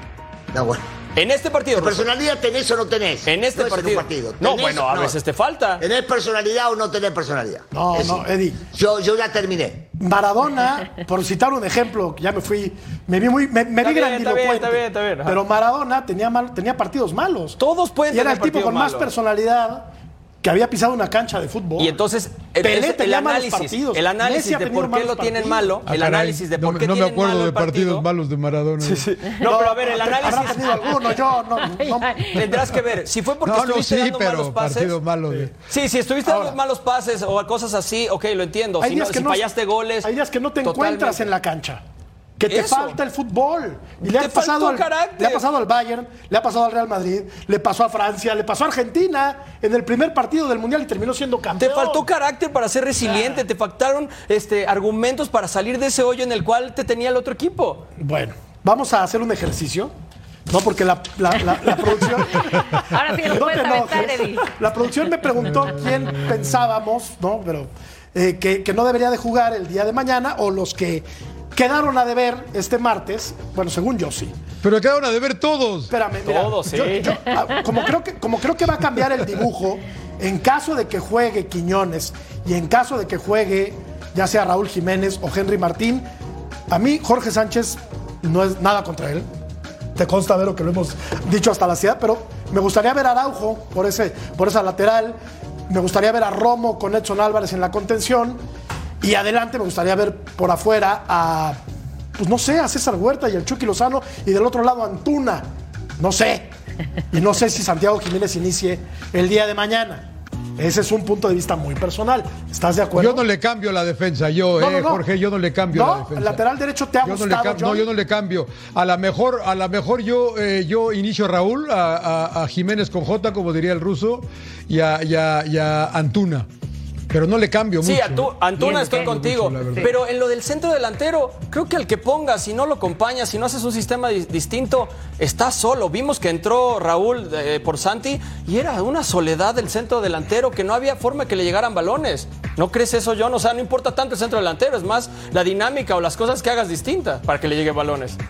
No, bueno. En este partido. ¿Personalidad tenés o no tenés? En este no partido. Es partido. No, bueno, a no. veces te falta. ¿Tenés personalidad o no tenés personalidad? No, es no, decir, Eddie. Yo, yo ya terminé. Maradona, por citar un ejemplo, ya me fui, me vi muy, me, me vi bien, grandilocuente. está bien, está bien, está bien. Pero Maradona tenía, mal, tenía partidos malos. Todos pueden y era tener el tipo con partidos más malos. personalidad que había pisado una cancha de fútbol. Y entonces, el, Pelé el, el tenía malos análisis, partidos. el análisis Messi ha de tenido por qué malos lo tienen partidos. malo, Ah, el caray, análisis de no por me- qué no me tienen acuerdo malo de el partido. partidos malos de Maradona. Sí, sí. No, pero a ver, el Habrá análisis tenido alguno, yo no, no. tendrás que ver. Si fue porque No, no, estuviste sí, dando pero malos pases. partidos malos. de- Sí, si estuviste Ahora. dando malos pases o cosas así, ok, lo entiendo. Hay Si, no, días que si no- fallaste goles. Hay días que no te totalmente. encuentras en la cancha. Que te Eso. falta el fútbol. Y le Te ha, pasado faltó al, carácter. le ha pasado al Bayern, le ha pasado al Real Madrid, le pasó a Francia, le pasó a Argentina en el primer partido del Mundial y terminó siendo campeón. Te faltó carácter para ser resiliente, te faltaron este, argumentos para salir de ese hoyo en el cual te tenía el otro equipo. Bueno, vamos a hacer un ejercicio. No, porque la, la, la, la producción. Ahora sí que lo No puedes te aventar, enojes. Eddie. La producción me preguntó quién pensábamos, ¿no? Pero eh, que, que no debería de jugar el día de mañana o los que quedaron a deber este martes. Bueno, según yo sí. Pero quedaron a deber todos. Espérame, mira, Todos, yo- sí. yo, ah, como, creo que, como creo que va a cambiar el dibujo, en caso de que juegue Quiñones y en caso de que juegue ya sea Raúl Jiménez o Henry Martín, a mí Jorge Sánchez no es nada contra él. Te consta, Vero, que lo hemos dicho hasta la ciudad, pero me gustaría ver a Araujo por, ese, por esa lateral, me gustaría ver a Romo con Edson Álvarez en la contención y adelante me gustaría ver por afuera a, pues no sé, a César Huerta y el Chucky Lozano y del otro lado a Antuna, no sé. Y no sé si Santiago Jiménez inicie el día de mañana. Ese es un punto de vista muy personal. ¿Estás de acuerdo? Yo no le cambio la defensa, yo, No, eh, no, no. Jorge, yo no le cambio No, la defensa. el lateral derecho te ha yo no, le gustado, cam- no, John? yo no le cambio. A lo mejor, a la mejor yo, eh, yo inicio a Raúl, a, a- a Jiménez con J, como diría el ruso, y a, y a- y a Antuna. Pero no le cambio Sí, mucho. Antu- Antuna Bien, estoy ¿qué? contigo. Mucho, la verdad. Pero en lo del centro delantero, creo que al que pongas, si no lo acompañas, si no haces un sistema di- distinto, está solo. Vimos que entró Raúl eh, por Santi y era una soledad del centro delantero que no había forma que le llegaran balones. ¿No crees eso, John? O sea, no importa tanto el centro delantero, es más la dinámica o las cosas que hagas distintas para que le lleguen balones.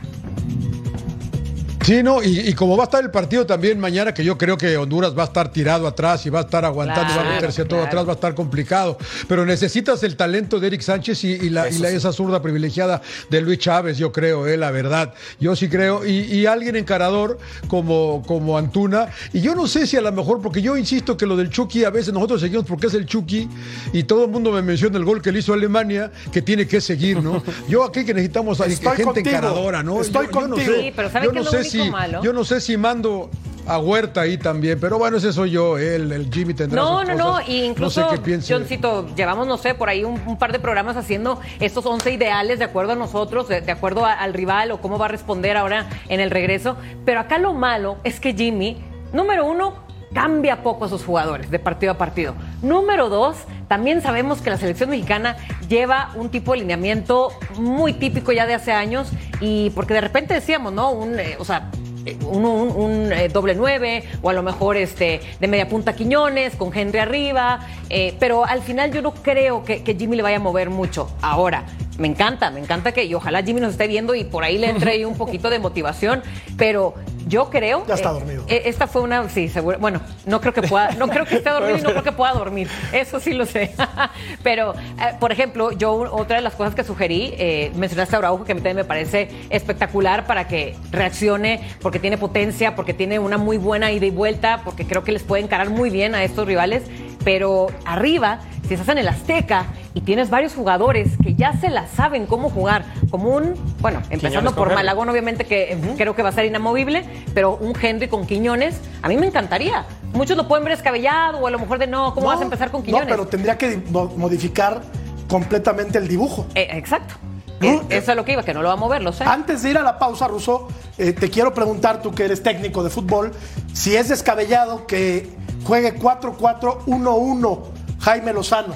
Sí, no, y, y como va a estar el partido también mañana, que yo creo que Honduras va a estar tirado atrás y va a estar aguantando, Claro, va a meterse todo claro. atrás, va a estar complicado. Pero necesitas el talento de Eric Sánchez y, y la, y la- esa zurda privilegiada de Luis Chávez, yo creo, eh, la verdad. Yo sí creo. Y, y alguien encarador como, como Antuna. Y yo no sé si a lo mejor, porque yo insisto que lo del Chucky, a veces nosotros seguimos porque es el Chucky y todo el mundo me menciona el gol que le hizo a Alemania, que tiene que seguir, ¿no? Yo aquí que necesitamos a- Estoy gente contigo. encaradora, ¿no? Estoy Yo- yo no contigo. sé- Sí, pero ¿sabe yo qué no es lo sé único si, malo? Yo no sé si mando a Huerta ahí también, pero bueno, ese soy yo, eh, el, el Jimmy tendrá No, sus no, no, cosas. y incluso, no sé qué piense. Johncito, llevamos, no sé, por ahí un, un par de programas haciendo estos once ideales de acuerdo a nosotros, de, de acuerdo a- al rival o cómo va a responder ahora en el regreso. Pero acá lo malo es que Jimmy, número uno, cambia poco a sus jugadores de partido a partido. Número dos, también sabemos que la selección mexicana lleva un tipo de lineamiento muy típico ya de hace años y porque de repente decíamos, ¿no? Un, eh, o sea, un, un- un, eh, doble nueve o a lo mejor este de media punta Quiñones con Henry arriba, eh, pero al final yo no creo que, que Jimmy le vaya a mover mucho. Ahora, me encanta, me encanta que y ojalá Jimmy nos esté viendo y por ahí le entre ahí un poquito de motivación, pero yo creo Ya está eh, dormido. eh, esta fue una, sí, seguro, bueno, no creo que pueda, no creo que esté dormido y no creo que pueda dormir, eso sí lo sé. Pero, eh, por ejemplo, yo otra de las cosas que sugerí, eh, mencionaste a Araujo, que a mí también me parece espectacular para que reaccione, porque tiene potencia, porque tiene una muy buena ida y vuelta, porque creo que les puede encarar muy bien a estos rivales, pero arriba, si estás en el Azteca y tienes varios jugadores que ya se la saben cómo jugar, como un, bueno, empezando Quiñones por con Henry. Malagón, obviamente que uh-huh. creo que va a ser inamovible, pero un Henry con Quiñones, a mí me encantaría. Muchos lo pueden ver descabellado o a lo mejor de no, ¿cómo No, vas a empezar con Quiñones? No, pero tendría que mo- modificar completamente el dibujo. Eh, exacto. No, Eh, eso es lo que iba, que no lo va a mover, lo sé. Antes de ir a la pausa, Russo, eh, te quiero preguntar, tú que eres técnico de fútbol, si es descabellado que juegue cuatro cuatro uno uno Jaime Lozano.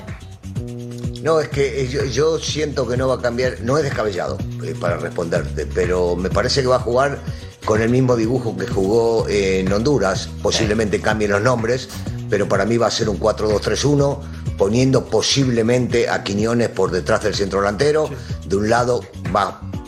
No, es que yo, yo siento que no va a cambiar, no es descabellado eh, para responderte, pero me parece que va a jugar con el mismo dibujo que jugó eh, en Honduras, posiblemente cambien los nombres, pero para mí va a ser un cuatro dos tres uno, poniendo posiblemente a Quiñones por detrás del centro delantero, de un lado va,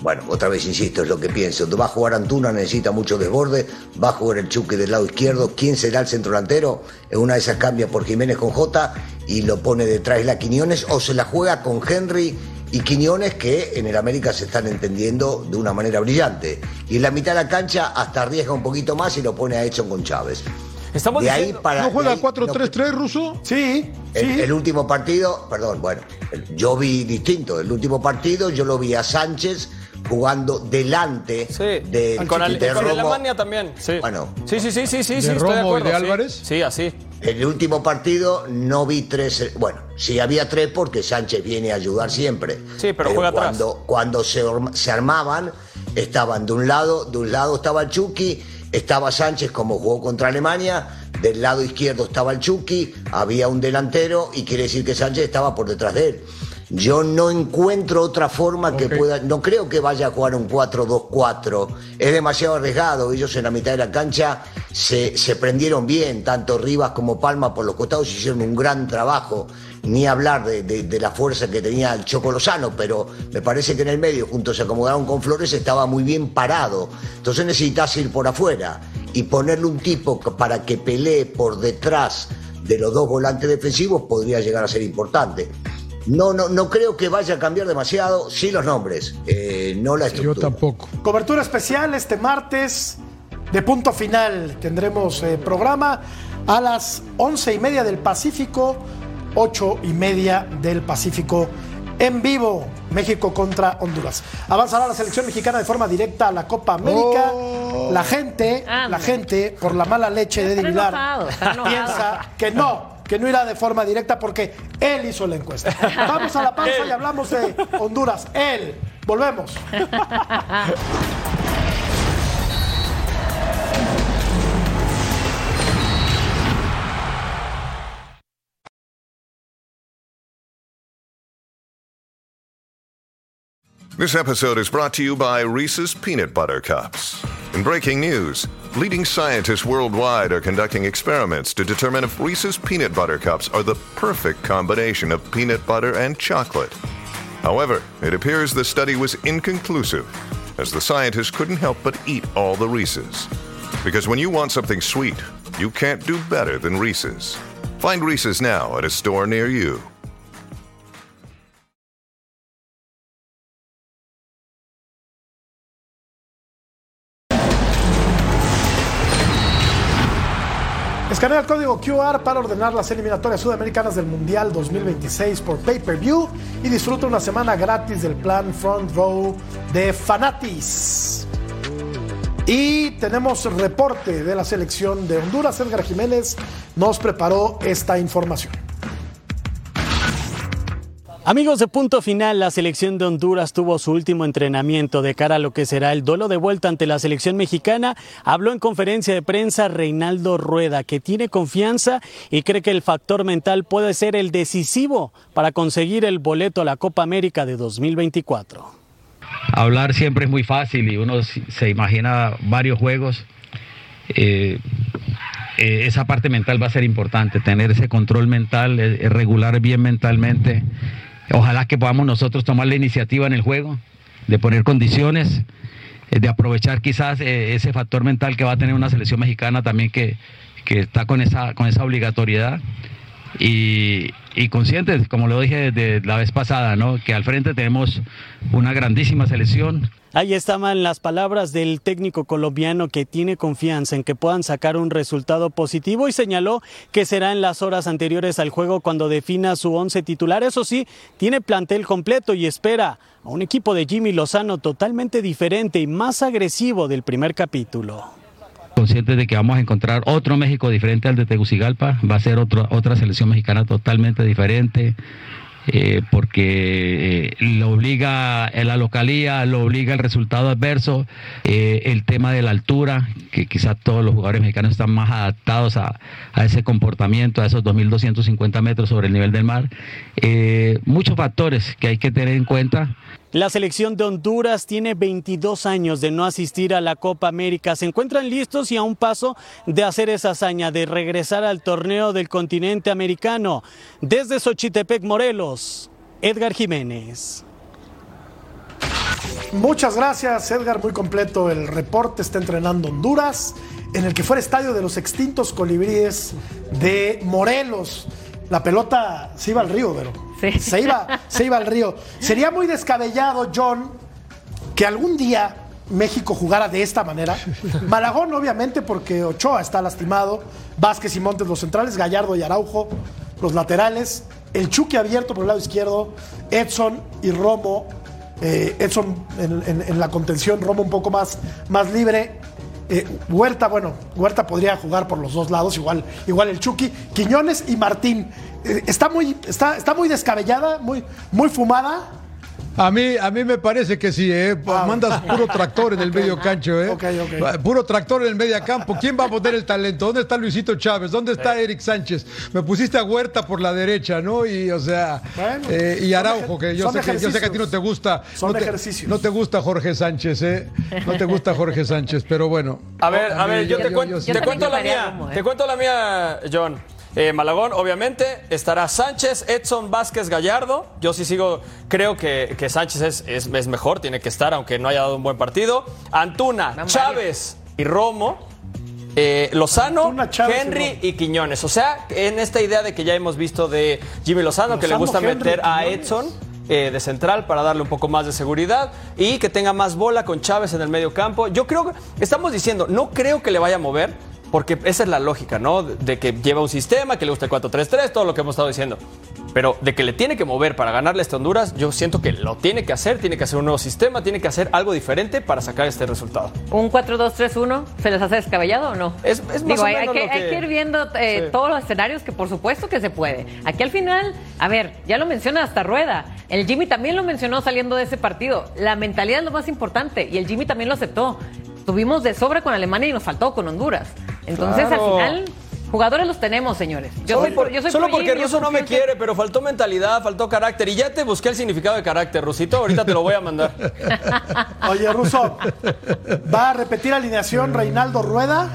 bueno, otra vez insisto, es lo que pienso. Va a jugar Antuna, necesita mucho desborde, va a jugar el Chucky del lado izquierdo. ¿Quién será el centro delantero? En una de esas cambia por Jiménez con Jota y lo pone detrás de la Quiñones, o se la juega con Henry y Quiñones, que en el América se están entendiendo de una manera brillante. Y en la mitad de la cancha hasta arriesga un poquito más y lo pone a Edson con Chávez. Estamos de diciendo, ahí para, ¿no juega cuatro tres tres, no, Russo? Sí, el, sí. El último partido, perdón, bueno, el, yo vi distinto. El último partido yo lo vi a Sánchez jugando delante sí. de, con, de, al, de con Romo. Alemania también. Sí. Bueno, sí, sí, sí, sí, sí, de sí, Romo estoy de acuerdo, y de Álvarez. Sí, sí, así. El último partido no vi tres, bueno, sí había tres porque Sánchez viene a ayudar siempre. Sí, pero, pero juega cuando, atrás. Cuando se, se armaban, estaban de un lado, de un lado estaba el Chucky, estaba Sánchez como jugó contra Alemania, del lado izquierdo estaba el Chucky, había un delantero y quiere decir que Sánchez estaba por detrás de él. Yo no encuentro otra forma okay. que pueda, no creo que vaya a jugar un cuatro dos cuatro, es demasiado arriesgado. Ellos en la mitad de la cancha se, se prendieron bien, tanto Rivas como Palma por los costados hicieron un gran trabajo, ni hablar de, de, de la fuerza que tenía el Choco Lozano, pero me parece que en el medio, juntos se acomodaron con Flores, estaba muy bien parado. Entonces necesitas ir por afuera y ponerle un tipo para que pelee por detrás de los dos volantes defensivos podría llegar a ser importante. No, no, no creo que vaya a cambiar demasiado, sí los nombres, eh, no la estructura. Yo tampoco. Cobertura especial este martes de Punto Final. Tendremos eh, programa a las once y media del Pacífico, ocho y media del Pacífico en vivo. México contra Honduras. Avanzará la selección mexicana de forma directa a la Copa América. Oh. La gente, ah, la gente, por la mala leche de Eddie Vilar, piensa que no. que no irá de forma directa porque él hizo la encuesta. Vamos a la pausa y hablamos de Honduras. Él. Volvemos. This episode is brought to you by Reese's Peanut Butter Cups. In breaking news, leading scientists worldwide are conducting experiments to determine if Reese's Peanut Butter Cups are the perfect combination of peanut butter and chocolate. However, it appears the study was inconclusive, as the scientists couldn't help but eat all the Reese's. Because when you want something sweet, you can't do better than Reese's. Find Reese's now at a store near you. Escanea el código Q R para ordenar las eliminatorias sudamericanas del Mundial dos mil veintiséis por pay-per-view y disfruta una semana gratis del plan Front Row de Fanatis. Y tenemos reporte de la selección de Honduras. Edgar Jiménez nos preparó esta información. Amigos de Punto Final, la selección de Honduras tuvo su último entrenamiento de cara a lo que será el duelo de vuelta ante la selección mexicana. Habló en conferencia de prensa Reinaldo Rueda, que tiene confianza y cree que el factor mental puede ser el decisivo para conseguir el boleto a la Copa América de dos mil veinticuatro. Hablar siempre es muy fácil y uno se imagina varios juegos. Eh, eh, esa parte mental va a ser importante, tener ese control mental, eh, regular bien mentalmente. Ojalá que podamos nosotros tomar la iniciativa en el juego, de poner condiciones, de aprovechar quizás eh, ese factor mental que va a tener una selección mexicana también que, que está con esa, con esa obligatoriedad. Y, y conscientes, como lo dije de la vez pasada, ¿no?, que al frente tenemos una grandísima selección. Ahí estaban las palabras del técnico colombiano, que tiene confianza en que puedan sacar un resultado positivo, y señaló que será en las horas anteriores al juego cuando defina su once titular. Eso sí, tiene plantel completo y espera a un equipo de Jimmy Lozano totalmente diferente y más agresivo del primer capítulo. Conscientes de que vamos a encontrar otro México diferente al de Tegucigalpa, va a ser otro, otra selección mexicana totalmente diferente. Eh, porque eh, lo obliga la localía, lo obliga el resultado adverso, eh, el tema de la altura, que quizás todos los jugadores mexicanos están más adaptados a, a ese comportamiento, a esos dos mil doscientos cincuenta metros sobre el nivel del mar. Eh, muchos factores que hay que tener en cuenta. La selección de Honduras tiene veintidós años de no asistir a la Copa América. Se encuentran listos y a un paso de hacer esa hazaña, de regresar al torneo del continente americano. Desde Xochitepec, Morelos, Edgar Jiménez. Muchas gracias, Edgar. Muy completo el reporte. Está entrenando Honduras, en el que fue el estadio de los extintos colibríes de Morelos. La pelota se iba al río, pero sí. se, iba, se iba al río. Sería muy descabellado, John, que algún día México jugara de esta manera. Malagón, obviamente, porque Ochoa está lastimado. Vázquez y Montes los centrales, Gallardo y Araujo los laterales. El Chucky abierto por el lado izquierdo. Edson y Romo. Eh, Edson en, en, en la contención, Romo un poco más, más libre. Eh, Huerta, bueno, Huerta podría jugar por los dos lados, igual, igual el Chucky. Quiñones y Martín. Eh, está, muy, está, está muy descabellada, muy, muy fumada. A mí, a mí me parece que sí, ¿eh? Ah, Mandas puro tractor en el okay. medio cancho, ¿eh? Okay, okay. Puro tractor en el medio campo. ¿Quién va a poner el talento? ¿Dónde está Luisito Chávez? ¿Dónde está Eric Sánchez? Me pusiste a Huerta por la derecha, ¿no? Y, o sea, bueno, eh, y Araujo, que yo sé que, yo sé que a ti no te gusta. Son no te, ejercicios. No te gusta Jorge Sánchez, ¿eh? No te gusta Jorge Sánchez, pero bueno. A ver, a ver, yo, yo te, yo, cuento, yo sí. te cuento la María mía. Romo, ¿eh? Te cuento la mía, John. Eh, Malagón, obviamente, estará Sánchez, Edson, Vázquez, Gallardo. Yo sí sigo, creo que, que Sánchez es, es, es mejor, tiene que estar, aunque no haya dado un buen partido. Antuna, Vamos, Chávez y Romo. Eh, Lozano, Antuna, Chávez Henry y Romo. y Quiñones. O sea, en esta idea de que ya hemos visto de Jimmy Lozano, que le Lozano, gusta Henry, meter a Quiñones. Edson eh, de central para darle un poco más de seguridad y que tenga más bola con Chávez en el medio campo. Yo creo que, estamos diciendo, no creo que le vaya a mover. Porque esa es la lógica, ¿no? De que lleva un sistema, que le gusta el cuatro tres tres, todo lo que hemos estado diciendo. Pero de que le tiene que mover para ganarle a este Honduras, yo siento que lo tiene que hacer, tiene que hacer un nuevo sistema, tiene que hacer algo diferente para sacar este resultado. ¿Un cuatro dos tres uno se les hace descabellado o no? Es, es más Digo, o hay, menos hay que, lo hay que ir viendo eh, sí. todos los escenarios, que por supuesto que se puede. Aquí al final, a ver, ya lo menciona hasta Rueda. El Jimmy también lo mencionó saliendo de ese partido. La mentalidad es lo más importante y el Jimmy también lo aceptó. Tuvimos de sobra con Alemania y nos faltó con Honduras. Entonces, Claro. al final, jugadores los tenemos, señores. Yo Solo soy, por- yo soy solo pro porque Jimmy, yo Russo no me confío en que- quiere, pero faltó mentalidad, faltó carácter. Y ya te busqué el significado de carácter, Rusito. Ahorita te lo voy a mandar. Oye, Russo, ¿va a repetir alineación Reinaldo Rueda?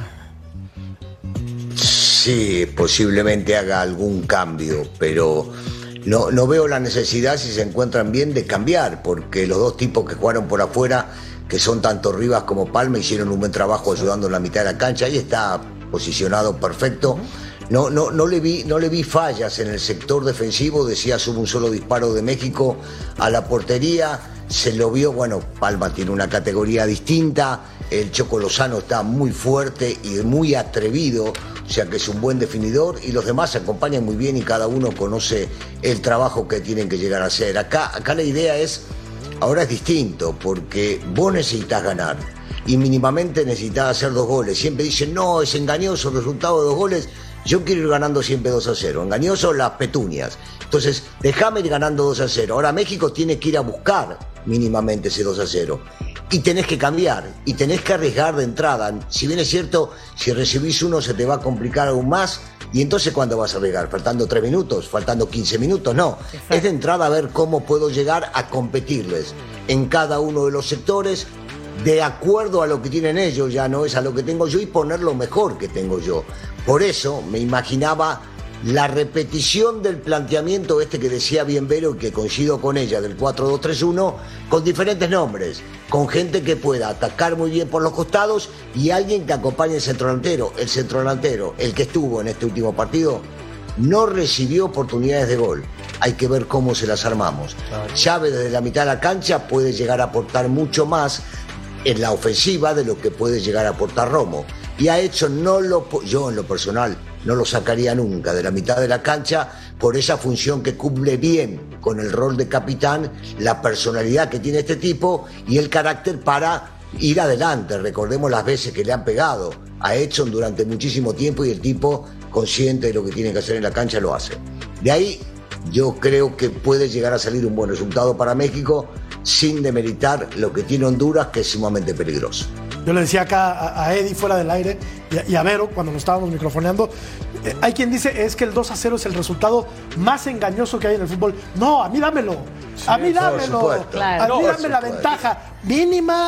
Sí, posiblemente haga algún cambio, pero no, no veo la necesidad, si se encuentran bien, de cambiar, porque los dos tipos que jugaron por afuera, que son tanto Rivas como Palma, hicieron un buen trabajo ayudando en la mitad de la cancha. Ahí está posicionado perfecto. No, no, no, le vi, no le vi fallas en el sector defensivo. Decías, hubo un solo disparo de México a la portería. Se lo vio, bueno, Palma tiene una categoría distinta. El Choco Lozano está muy fuerte y muy atrevido, o sea que es un buen definidor. Y los demás se acompañan muy bien y cada uno conoce el trabajo que tienen que llegar a hacer. Acá, acá la idea es... Ahora es distinto, porque vos necesitas ganar y mínimamente necesitas hacer dos goles. Siempre dicen, no, es engañoso el resultado de dos goles. Yo quiero ir ganando siempre dos a cero. Engañoso las petunias. Entonces, déjame ir ganando dos a cero. Ahora México tiene que ir a buscar mínimamente ese dos a cero. Y tenés que cambiar, y tenés que arriesgar de entrada. Si bien es cierto, si recibís uno se te va a complicar aún más. ¿Y entonces cuándo vas a arriesgar? ¿Faltando tres minutos? ¿Faltando quince minutos? No. Exacto. Es de entrada a ver cómo puedo llegar a competirles en cada uno de los sectores de acuerdo a lo que tienen ellos, ya no es a lo que tengo yo, y poner lo mejor que tengo yo. Por eso me imaginaba la repetición del planteamiento este que decía bien Vero y que coincido con ella, del cuatro dos tres uno, con diferentes nombres, con gente que pueda atacar muy bien por los costados y alguien que acompañe el centrodelantero. El centrodelantero, el que estuvo en este último partido, no recibió oportunidades de gol. Hay que ver cómo se las armamos. Chávez desde la mitad de la cancha puede llegar a aportar mucho más en la ofensiva de lo que puede llegar a aportar Romo. Y a Edson no lo, yo en lo personal no lo sacaría nunca de la mitad de la cancha por esa función que cumple bien con el rol de capitán, la personalidad que tiene este tipo y el carácter para ir adelante. Recordemos las veces que le han pegado a Edson durante muchísimo tiempo y el tipo, consciente de lo que tiene que hacer en la cancha, lo hace. De ahí yo creo que puede llegar a salir un buen resultado para México sin demeritar lo que tiene Honduras, que es sumamente peligroso. Yo le decía acá a, a Eddie fuera del aire y a, y a Vero cuando nos estábamos microfoneando, eh, hay quien dice es que el dos a cero es el resultado más engañoso que hay en el fútbol. No, a mí dámelo, a mí dámelo, supuesto. a Claro. mí No, dame la supuesto. ventaja mínima,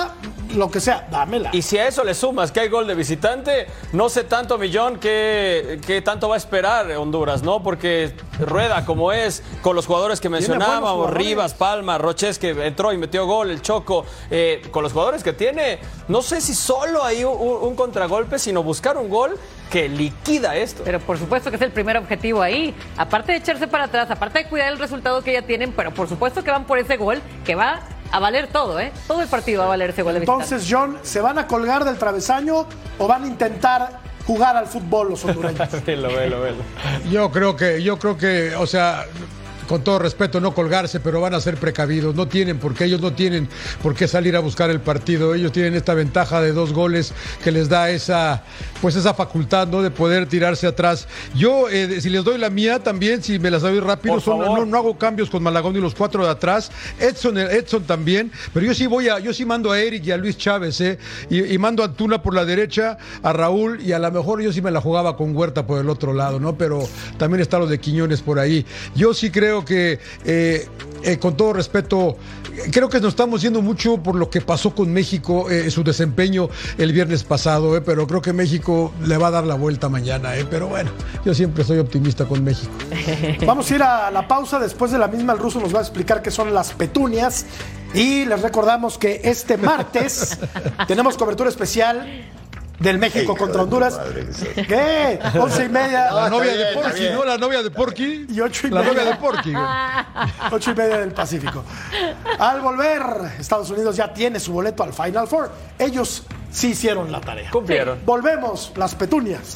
lo que sea, dámela. Y si a eso le sumas que hay gol de visitante, no sé tanto, Millón, qué, qué tanto va a esperar Honduras, ¿no? Porque rueda como es, con los jugadores que mencionábamos, Rivas, Palma, Roches, que entró y metió gol, el Choco, eh, con los jugadores que tiene, no sé si solo hay un, un contragolpe, sino buscar un gol que liquida esto. Pero por supuesto que es el primer objetivo ahí. Aparte de echarse para atrás, aparte de cuidar el resultado que ya tienen, pero por supuesto que van por ese gol que va a valer todo, ¿eh? Todo el partido va a valer ese gol de visitante. Entonces, John, ¿se van a colgar del travesaño o van a intentar jugar al fútbol los hondureños? Velo, velo, velo. Yo creo que, yo creo que, o sea, con todo respeto, no colgarse, pero van a ser precavidos. No tienen, porque ellos no tienen por qué salir a buscar el partido. Ellos tienen esta ventaja de dos goles que les da esa, pues esa facultad, ¿no? De poder tirarse atrás. Yo, eh, si les doy la mía también, si me las doy rápido, son, no, no hago cambios con Malagón y los cuatro de atrás. Edson, Edson también, pero yo sí voy a, yo sí mando a Eric y a Luis Chávez, ¿eh? Y, y mando a Antuna por la derecha, a Raúl, y a lo mejor yo sí me la jugaba con Huerta por el otro lado, ¿no? Pero también está lo de Quiñones por ahí. Yo sí creo que eh, eh, con todo respeto, creo que nos estamos yendo mucho por lo que pasó con México, eh, su desempeño el viernes pasado, eh, pero creo que México le va a dar la vuelta mañana, eh, pero bueno, yo siempre soy optimista con México. Vamos a ir a la pausa. Después de la misma, el ruso nos va a explicar qué son las petunias, y les recordamos que este martes tenemos cobertura especial del México contra Honduras. ¿Qué? Once y media. La novia de Porky, ¿no? La novia de Porky. Y ocho y La media. novia de Porky. Ocho y media del Pacífico. Al volver, Estados Unidos ya tiene su boleto al Final Four. Ellos sí hicieron la tarea. Cumplieron. Volvemos, las petunias.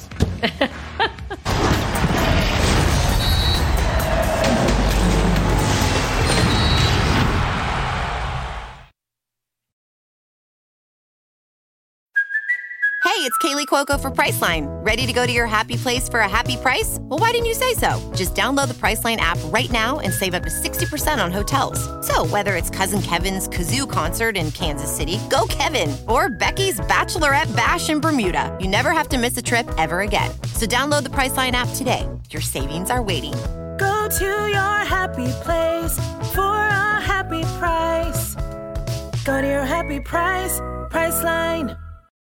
Hey, it's Kaylee Cuoco for Priceline. Ready to go to your happy place for a happy price? Well, why didn't you say so? Just download the Priceline app right now and save up to sixty percent on hotels. So whether it's Cousin Kevin's Kazoo Concert in Kansas City, go Kevin, or Becky's Bachelorette Bash in Bermuda, you never have to miss a trip ever again. So download the Priceline app today. Your savings are waiting. Go to your happy place for a happy price. Go to your happy price, Priceline.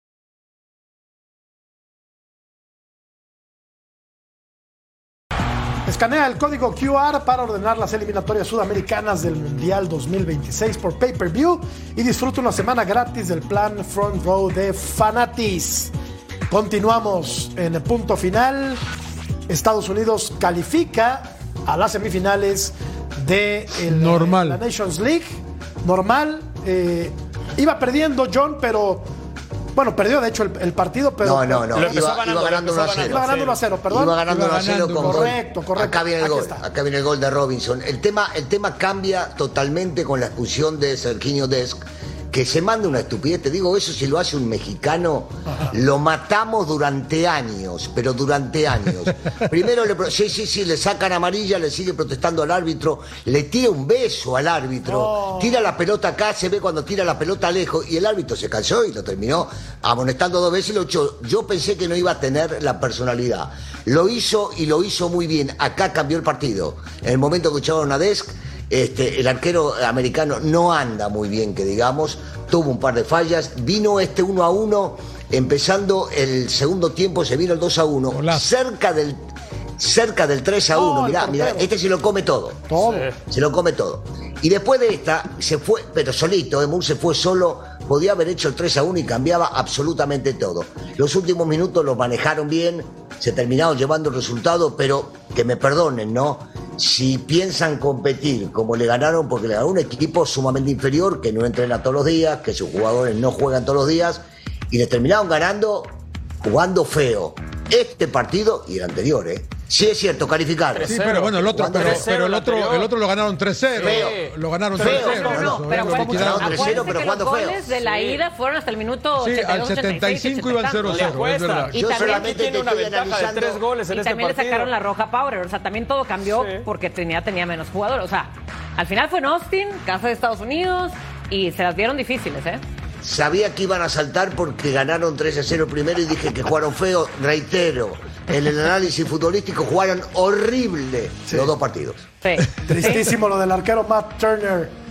Escanea el código Q R para ordenar las eliminatorias sudamericanas del Mundial dos mil veintiséis por pay-per-view y disfruta una semana gratis del plan Front Row de Fanatis. Continuamos en el punto final. Estados Unidos califica a las semifinales de el, Normal. la Nations League. Normal. Eh, iba perdiendo John, pero... Bueno, perdió de hecho el, el partido, pero... No, no, no, iba ganando, iba ganando uno a cero. Iba ganando uno a cero, perdón. Iba ganando uno a cero con gol. Correcto, correcto. Acá viene el Aquí gol, está. acá viene el gol de Robinson. El tema, el tema cambia totalmente con la expulsión de Serginho Dest, que se manda una estupidez. Te digo, eso si lo hace un mexicano, ajá, lo matamos durante años, pero durante años. Primero, le, sí, sí, sí, le sacan amarilla, le sigue protestando al árbitro, le tira un beso al árbitro, oh, tira la pelota acá, se ve cuando tira la pelota lejos, y el árbitro se cansó y lo terminó amonestando dos veces. Y lo echó. Yo pensé que no iba a tener la personalidad. Lo hizo y lo hizo muy bien. Acá cambió el partido. En el momento que echaron a Dest, Este, el arquero americano no anda muy bien, que digamos, tuvo un par de fallas, vino este uno a uno, empezando el segundo tiempo se vino el dos a uno, Hola. cerca del cerca del tres a uno, no, mirá, mirá, este se lo come todo, todo. se lo come todo. Y después de esta, se fue, pero solito, Emul se fue solo, podía haber hecho el tres a uno y cambiaba absolutamente todo. Los últimos minutos los manejaron bien, se terminaron llevando el resultado, pero que me perdonen, ¿no? Si piensan competir como le ganaron, porque le ganó un equipo sumamente inferior, que no entrena todos los días, que sus jugadores no juegan todos los días, y le terminaron ganando jugando feo. Este partido y el anterior, ¿eh? Sí, es cierto, calificaron. Sí, pero bueno, el otro, pero, pero el otro, el otro lo ganaron tres cero. Feo. Lo ganaron feo, tres cero. No, no, no, pero acuérdense que los goles de la ida fueron hasta el minuto sí, ochenta y dos, al setenta y cinco iban cero cero, es verdad. Y Yo también solamente tiene una ventaja de tres goles en y este también partido. le sacaron la roja a Powder, o sea, también todo cambió sí. porque Trinidad tenía menos jugadores. O sea, al final fue en Austin, casa de Estados Unidos, y se las dieron difíciles, ¿eh? Sabía que iban a saltar porque ganaron tres a cero primero y dije que jugaron feo. Reitero, en el análisis futbolístico jugaron horrible sí. los dos partidos. Sí. Tristísimo lo del arquero Matt Turner.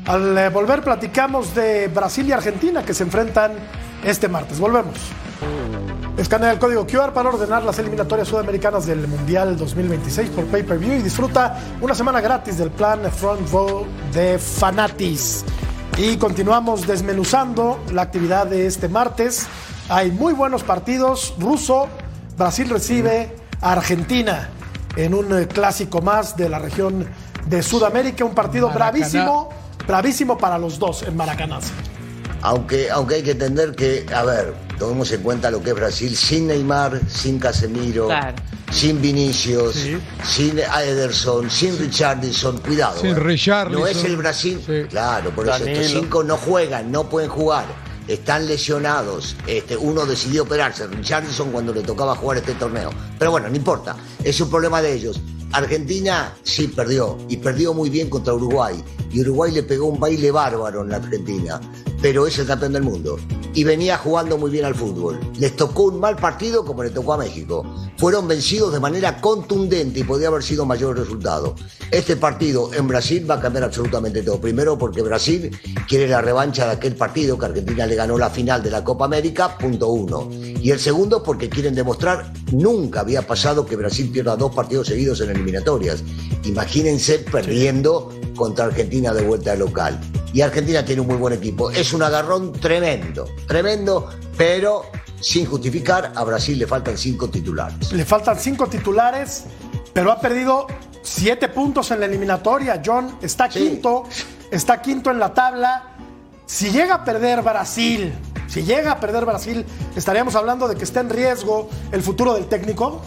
Al eh, volver platicamos de Brasil y Argentina que se enfrentan este martes. Volvemos. Escanea el código Q R para ordenar las eliminatorias sudamericanas del Mundial dos mil veintiséis por pay-per-view y disfruta una semana gratis del plan Front Row de Fanatis. Y continuamos desmenuzando la actividad de este martes. Hay muy buenos partidos. Ruso, Brasil recibe a Argentina en un clásico más de la región de Sudamérica. Un partido Maracaná. bravísimo, bravísimo para los dos en Maracaná. Aunque, aunque hay que entender que, a ver, tomemos en cuenta lo que es Brasil sin Neymar, sin Casemiro, claro. sin Vinicius, sí. sin Ederson, sin Richarlison, cuidado. Sin eh. Richarlison. No es el Brasil, sí. claro, por Danilo. Eso estos cinco no juegan, no pueden jugar, están lesionados. Este, uno decidió operarse, Richarlison, cuando le tocaba jugar este torneo. Pero bueno, no importa, es un problema de ellos. Argentina sí perdió, y perdió muy bien contra Uruguay. Y Uruguay le pegó un baile bárbaro en la Argentina. Pero es el campeón del mundo. Y venía jugando muy bien al fútbol. Les tocó un mal partido como le tocó a México. Fueron vencidos de manera contundente y podía haber sido mayor resultado. Este partido en Brasil va a cambiar absolutamente todo. Primero porque Brasil quiere la revancha de aquel partido que Argentina le ganó la final de la Copa América, punto uno. Y el segundo porque quieren demostrar, nunca había pasado que Brasil pierda dos partidos seguidos en eliminatorias. Imagínense perdiendo contra Argentina de vuelta de local. Y Argentina tiene un muy buen equipo. Es un agarrón tremendo, tremendo, pero sin justificar, a Brasil le faltan cinco titulares. Le faltan cinco titulares, pero ha perdido siete puntos en la eliminatoria. John está sí. quinto, está quinto en la tabla. Si llega a perder Brasil, si llega a perder Brasil, ¿estaríamos hablando de que está en riesgo el futuro del técnico?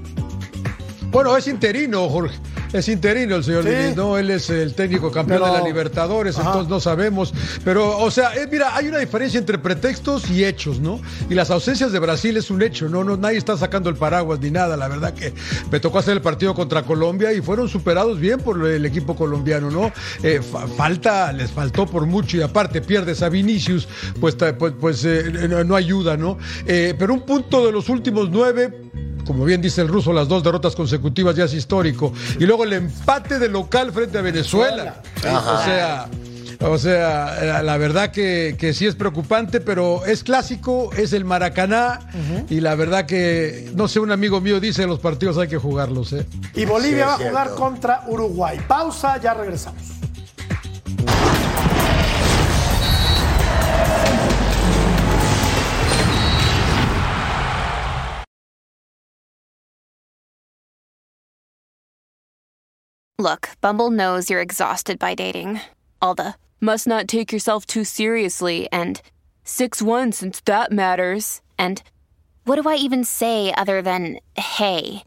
Bueno, es interino, Jorge. Es interino el señor sí. Diniz, ¿no? Él es el técnico campeón Pero... de la Libertadores, Ajá. entonces no sabemos. Pero, o sea, eh, mira, hay una diferencia entre pretextos y hechos, ¿no? Y las ausencias de Brasil es un hecho, ¿no? no Nadie está sacando el paraguas ni nada. La verdad que me tocó hacer el partido contra Colombia y fueron superados bien por el equipo colombiano, ¿no? Eh, fa- falta, les faltó por mucho y aparte pierdes a Vinicius, pues, pues, pues eh, no, no ayuda, ¿no? Eh, pero un punto de los últimos nueve... Como bien dice el ruso, las dos derrotas consecutivas ya es histórico. Y luego el empate de local frente a Venezuela. Ajá. O sea, o sea, la verdad que, que sí es preocupante, pero es clásico, es el Maracaná. Uh-huh. Y la verdad que, no sé, un amigo mío dice, los partidos hay que jugarlos. ¿eh? Y Bolivia sí, va a jugar cierto. contra Uruguay. Pausa, ya regresamos. Look, Bumble knows you're exhausted by dating. All the, must not take yourself too seriously, and six one since that matters, and what do I even say other than, hey?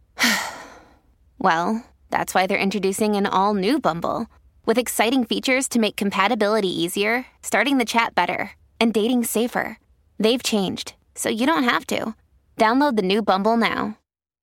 Well, that's why they're introducing an all-new Bumble, with exciting features to make compatibility easier, starting the chat better, and dating safer. They've changed, so you don't have to. Download the new Bumble now.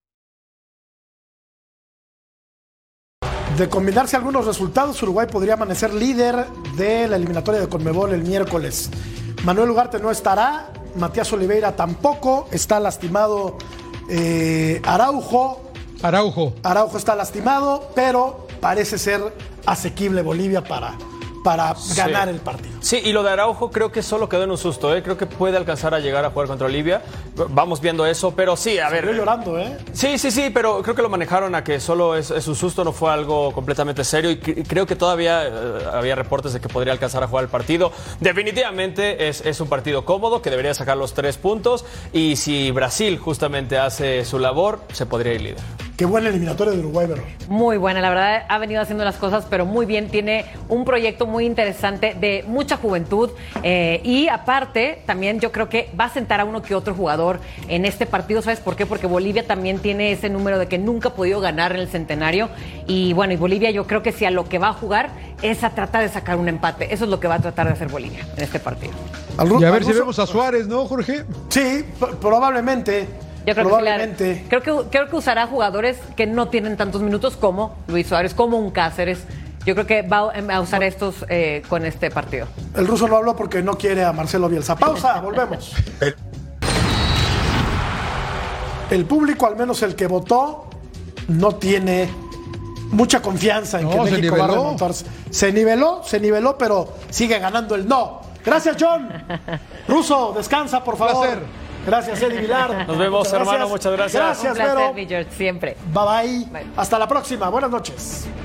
De combinarse algunos resultados, Uruguay podría amanecer líder de la eliminatoria de Conmebol el miércoles. Manuel Ugarte no estará, Matías Oliveira tampoco, está lastimado eh, Araujo. Araujo. Araujo está lastimado, pero parece ser asequible Bolivia para, para ganar sí. el partido. Sí, y lo de Araujo creo que solo quedó en un susto, ¿eh? Creo que puede alcanzar a llegar a jugar contra Bolivia. Vamos viendo eso, pero sí, a Se ver. Estoy llorando, ¿eh? Sí, sí, sí, pero creo que lo manejaron a que solo es, es un susto, no fue algo completamente serio y c- creo que todavía eh, había reportes de que podría alcanzar a jugar el partido. Definitivamente es, es un partido cómodo que debería sacar los tres puntos y si Brasil justamente hace su labor, se podría ir líder. Qué buena eliminatoria de Uruguay, ¿verdad? Muy buena, la verdad ha venido haciendo las cosas, pero muy bien. Tiene un proyecto muy interesante de mucha juventud eh, y aparte también yo creo que va a sentar a uno que otro jugador en este partido. ¿Sabes por qué? Porque Bolivia también tiene ese número de que nunca ha podido ganar en el centenario y bueno, y Bolivia yo creo que si a lo que va a jugar es a tratar de sacar un empate. Eso es lo que va a tratar de hacer Bolivia en este partido. Y a ver si vemos a Suárez, ¿no, Jorge? Sí, probablemente. Yo creo Probablemente. Que, creo que creo que usará jugadores que no tienen tantos minutos como Luis Suárez, como un Cáceres. Yo creo que va a usar estos eh, con este partido. El ruso no habló porque no quiere a Marcelo Bielsa. Pausa, volvemos. El público, al menos el que votó, no tiene mucha confianza en No, que se México va a niveló. remontarse. Se niveló, se niveló, pero sigue ganando el no. Gracias, John. Russo, descansa, por favor. Placer. Gracias, Eddie Vilar. Nos vemos, Muchas hermano, muchas gracias. Gracias, Un placer, Vero. mi George, siempre. Bye, bye Bye. Hasta la próxima. Buenas noches.